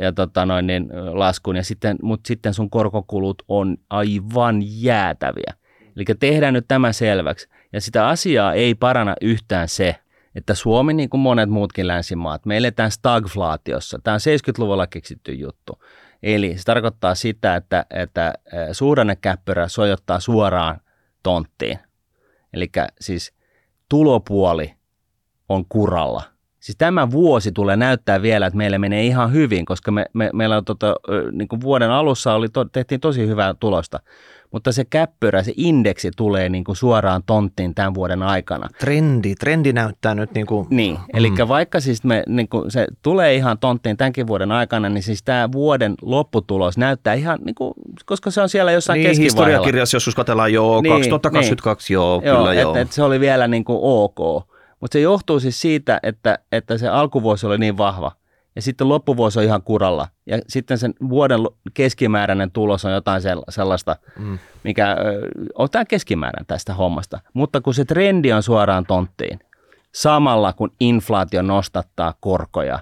S1: laskun, mutta sitten sun korkokulut on aivan jäätäviä. Eli tehdään nyt tämä selväksi. Ja sitä asiaa ei parana yhtään se, että Suomi, niin kuin monet muutkin länsimaat, me eletään stagflaatiossa. Tämä on 70-luvulla keksitty juttu. Eli se tarkoittaa sitä, että suhdannekäppyrä sojottaa suoraan tonttiin. Eli siis tulopuoli on kuralla. Siis tämä vuosi tulee näyttää vielä, että meillä menee ihan hyvin, koska meillä on niin kuin vuoden alussa tehtiin tosi hyvää tulosta. Mutta se käppyrä, se indeksi tulee niin kuin suoraan tonttiin tämän vuoden aikana.
S2: Trendi näyttää nyt niin kuin...
S1: Niin, eli vaikka siis niin kuin se tulee ihan tonttiin tämänkin vuoden aikana, niin siis tämä vuoden lopputulos näyttää ihan, niin kuin, koska se on siellä jossain keskivaiheella.
S2: Historiakirjassa joskus katsellaan, 2022, kyllä joo.
S1: Että se oli vielä niin kuin ok. Mutta se johtuu siis siitä, että se alkuvuosi oli niin vahva ja sitten loppuvuosi on ihan kuralla. Ja sitten sen vuoden keskimääräinen tulos on jotain sellaista, mikä on tämä keskimäärän tästä hommasta. Mutta kun se trendi on suoraan tonttiin, samalla kun inflaatio nostattaa korkoja,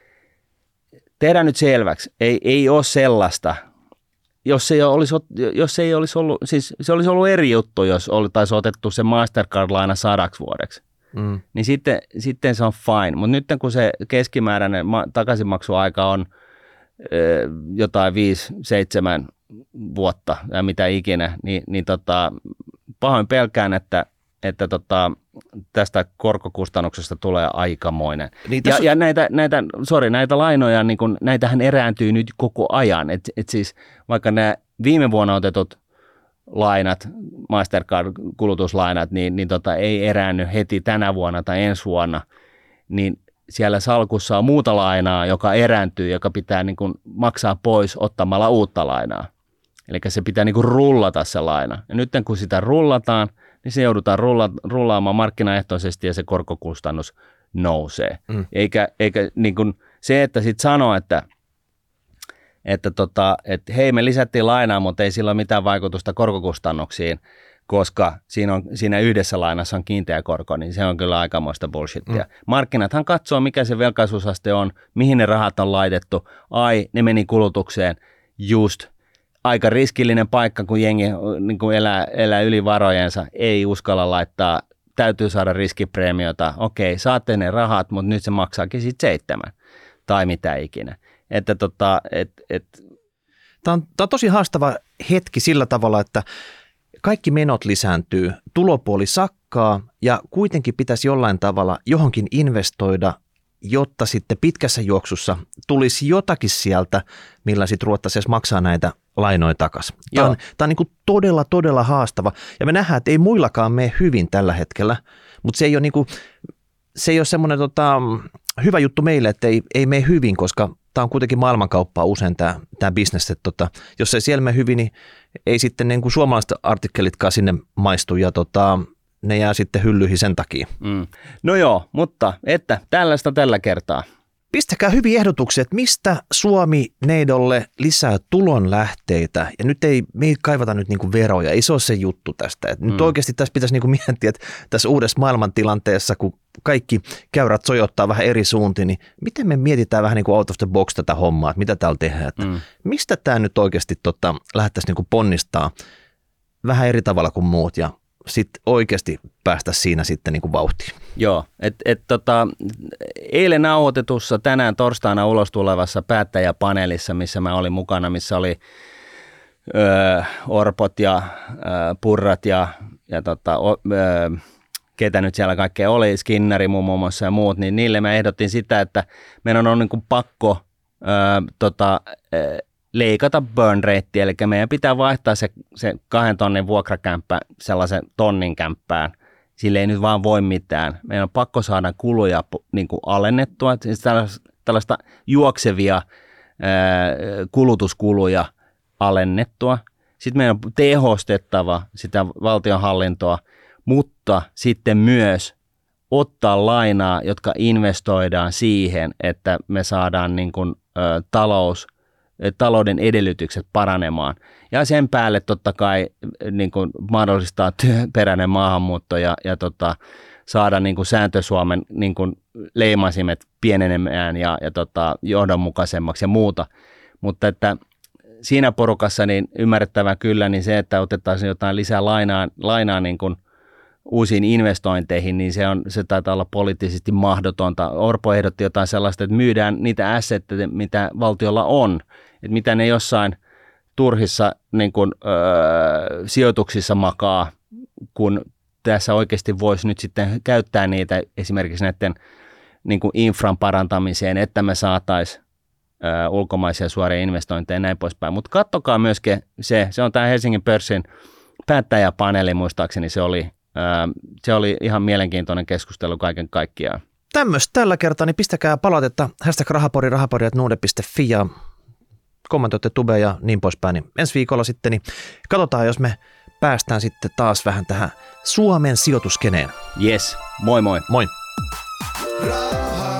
S1: tehdään nyt selväksi, ei ole sellaista, jos ei olisi ollut, siis se olisi ollut eri juttu, jos oltaisiin otettu se Mastercard-laina 100 vuodeksi. Niin sitten se on fine, mutta nyt kun se keskimääräinen takaisinmaksuaika on jotain 5-7 vuotta ja mitä ikinä, niin pahoin pelkään, että tästä korkokustannuksesta tulee aikamoinen. Niin ja näitä lainoja, niin kun, näitähän erääntyy nyt koko ajan, että siis vaikka nämä viime vuonna otetut lainat, Mastercard-kulutuslainat, niin ei eräänny heti tänä vuonna tai ensi vuonna, niin siellä salkussa on muuta lainaa, joka erääntyy, joka pitää niin kuin maksaa pois ottamalla uutta lainaa. Eli se pitää niin kuin rullata se laina. Ja nyt kun sitä rullataan, niin se joudutaan rullaamaan markkinaehtoisesti ja se korkokustannus nousee. Eikä niin kuin se, että sitten sanoo, että hei, me lisättiin lainaa, mutta ei sillä ole mitään vaikutusta korkokustannuksiin, koska siinä yhdessä lainassa on kiinteä korko, niin se on kyllä aikamoista bullshittia. Markkinathan katsoo, mikä se velkaisuusaste on, mihin ne rahat on laitettu. Ai, ne meni kulutukseen, just aika riskillinen paikka, kun jengi niin kun elää yli varojensa, ei uskalla laittaa, täytyy saada riskipreemiota. Okei, saatte ne rahat, mutta nyt se maksaakin sitten 7 tai mitä ikinä.
S2: Tämä on tosi haastava hetki sillä tavalla, että kaikki menot lisääntyy, tulopuoli sakkaa ja kuitenkin pitäisi jollain tavalla johonkin investoida, jotta sitten pitkässä juoksussa tulisi jotakin sieltä, millä sitten ruvettaisiin maksaa näitä lainoja takaisin. Tämä on niin kuin todella haastava ja me nähdään, että ei muillakaan mene hyvin tällä hetkellä, mutta se ei ole, niin kuin, se ei ole semmoinen hyvä juttu meille, että ei mene hyvin, koska tämä on kuitenkin maailmankauppaa usein tämä bisnes, että jos ei siellä mene hyvin, niin ei sitten niin kuin suomalaiset artikkelitkaan sinne maistu ja ne jää sitten hyllyihin sen takia.
S1: No joo, mutta että tällaista tällä kertaa.
S2: Pistäkää hyviä ehdotuksia, että mistä Suomi-neidolle lisää tulonlähteitä. Ja nyt me ei kaivata nyt niinku veroja, ei se ole se juttu tästä. Nyt oikeasti tässä pitäisi niinku miettiä, että tässä uudessa maailmantilanteessa, kun kaikki käyrät sojottaa vähän eri suuntiin, niin miten me mietitään vähän niin kuin out of the box tätä hommaa, että mitä täällä tehdään. Että mistä tämä nyt oikeasti lähdettäisiin niinku ponnistaa vähän eri tavalla kuin muut ja sitten oikeasti päästä siinä sitten niin kuin vauhtiin.
S1: Joo, eilen nauhoitetussa tänään torstaina ulos tulevassa päättäjäpaneelissa, missä mä olin mukana, missä oli Orpot ja Purrat ja ketä nyt siellä kaikkea oli, Skinnari muun muassa ja muut, niin niille mä ehdottiin sitä, että meidän on niin kuin pakko leikata burn rate, eli meidän pitää vaihtaa se 2 tonnin vuokrakämppä sellaisen tonnin kämppään. Sille ei nyt vaan voi mitään. Meidän on pakko saada kuluja niin kuin alennettua, siis tällaista juoksevia kulutuskuluja alennettua. Sitten meidän on tehostettava sitä valtionhallintoa, mutta sitten myös ottaa lainaa, jotka investoidaan siihen, että me saadaan niin kuin, talouden edellytykset paranemaan. Ja sen päälle totta kai niin kuin mahdollistaa työperäinen maahanmuutto ja saada niin kuin sääntö-Suomen niin kuin leimasimet pienenemään ja johdonmukaisemmaksi ja muuta. Mutta että siinä porukassa niin ymmärrettävä kyllä niin se, että otettaisiin jotain lisää lainaa niin kuin uusiin investointeihin, niin se taitaa olla poliittisesti mahdotonta. Orpo ehdotti jotain sellaista, että myydään niitä assetteja, mitä valtiolla on, että mitä ne jossain turhissa niin kuin, sijoituksissa makaa, kun tässä oikeasti voisi nyt sitten käyttää niitä esimerkiksi näiden niin kuin infran parantamiseen, että me saataisiin ulkomaisia suoria investointeja ja näin poispäin. Mutta katsokaa myöskin se on tämä Helsingin pörssin päättäjäpaneeli muistaakseni, se oli ihan mielenkiintoinen keskustelu kaiken kaikkiaan.
S2: Tämmöistä tällä kertaa, niin pistäkää palautetta #rahapori@nuude.fi ja kommentoitte tube ja niin poispäin. Niin ensi viikolla sitten niin katsotaan, jos me päästään sitten taas vähän tähän Suomen sijoituskeneen.
S1: Yes, moi moi.
S2: Moi.
S3: Raha.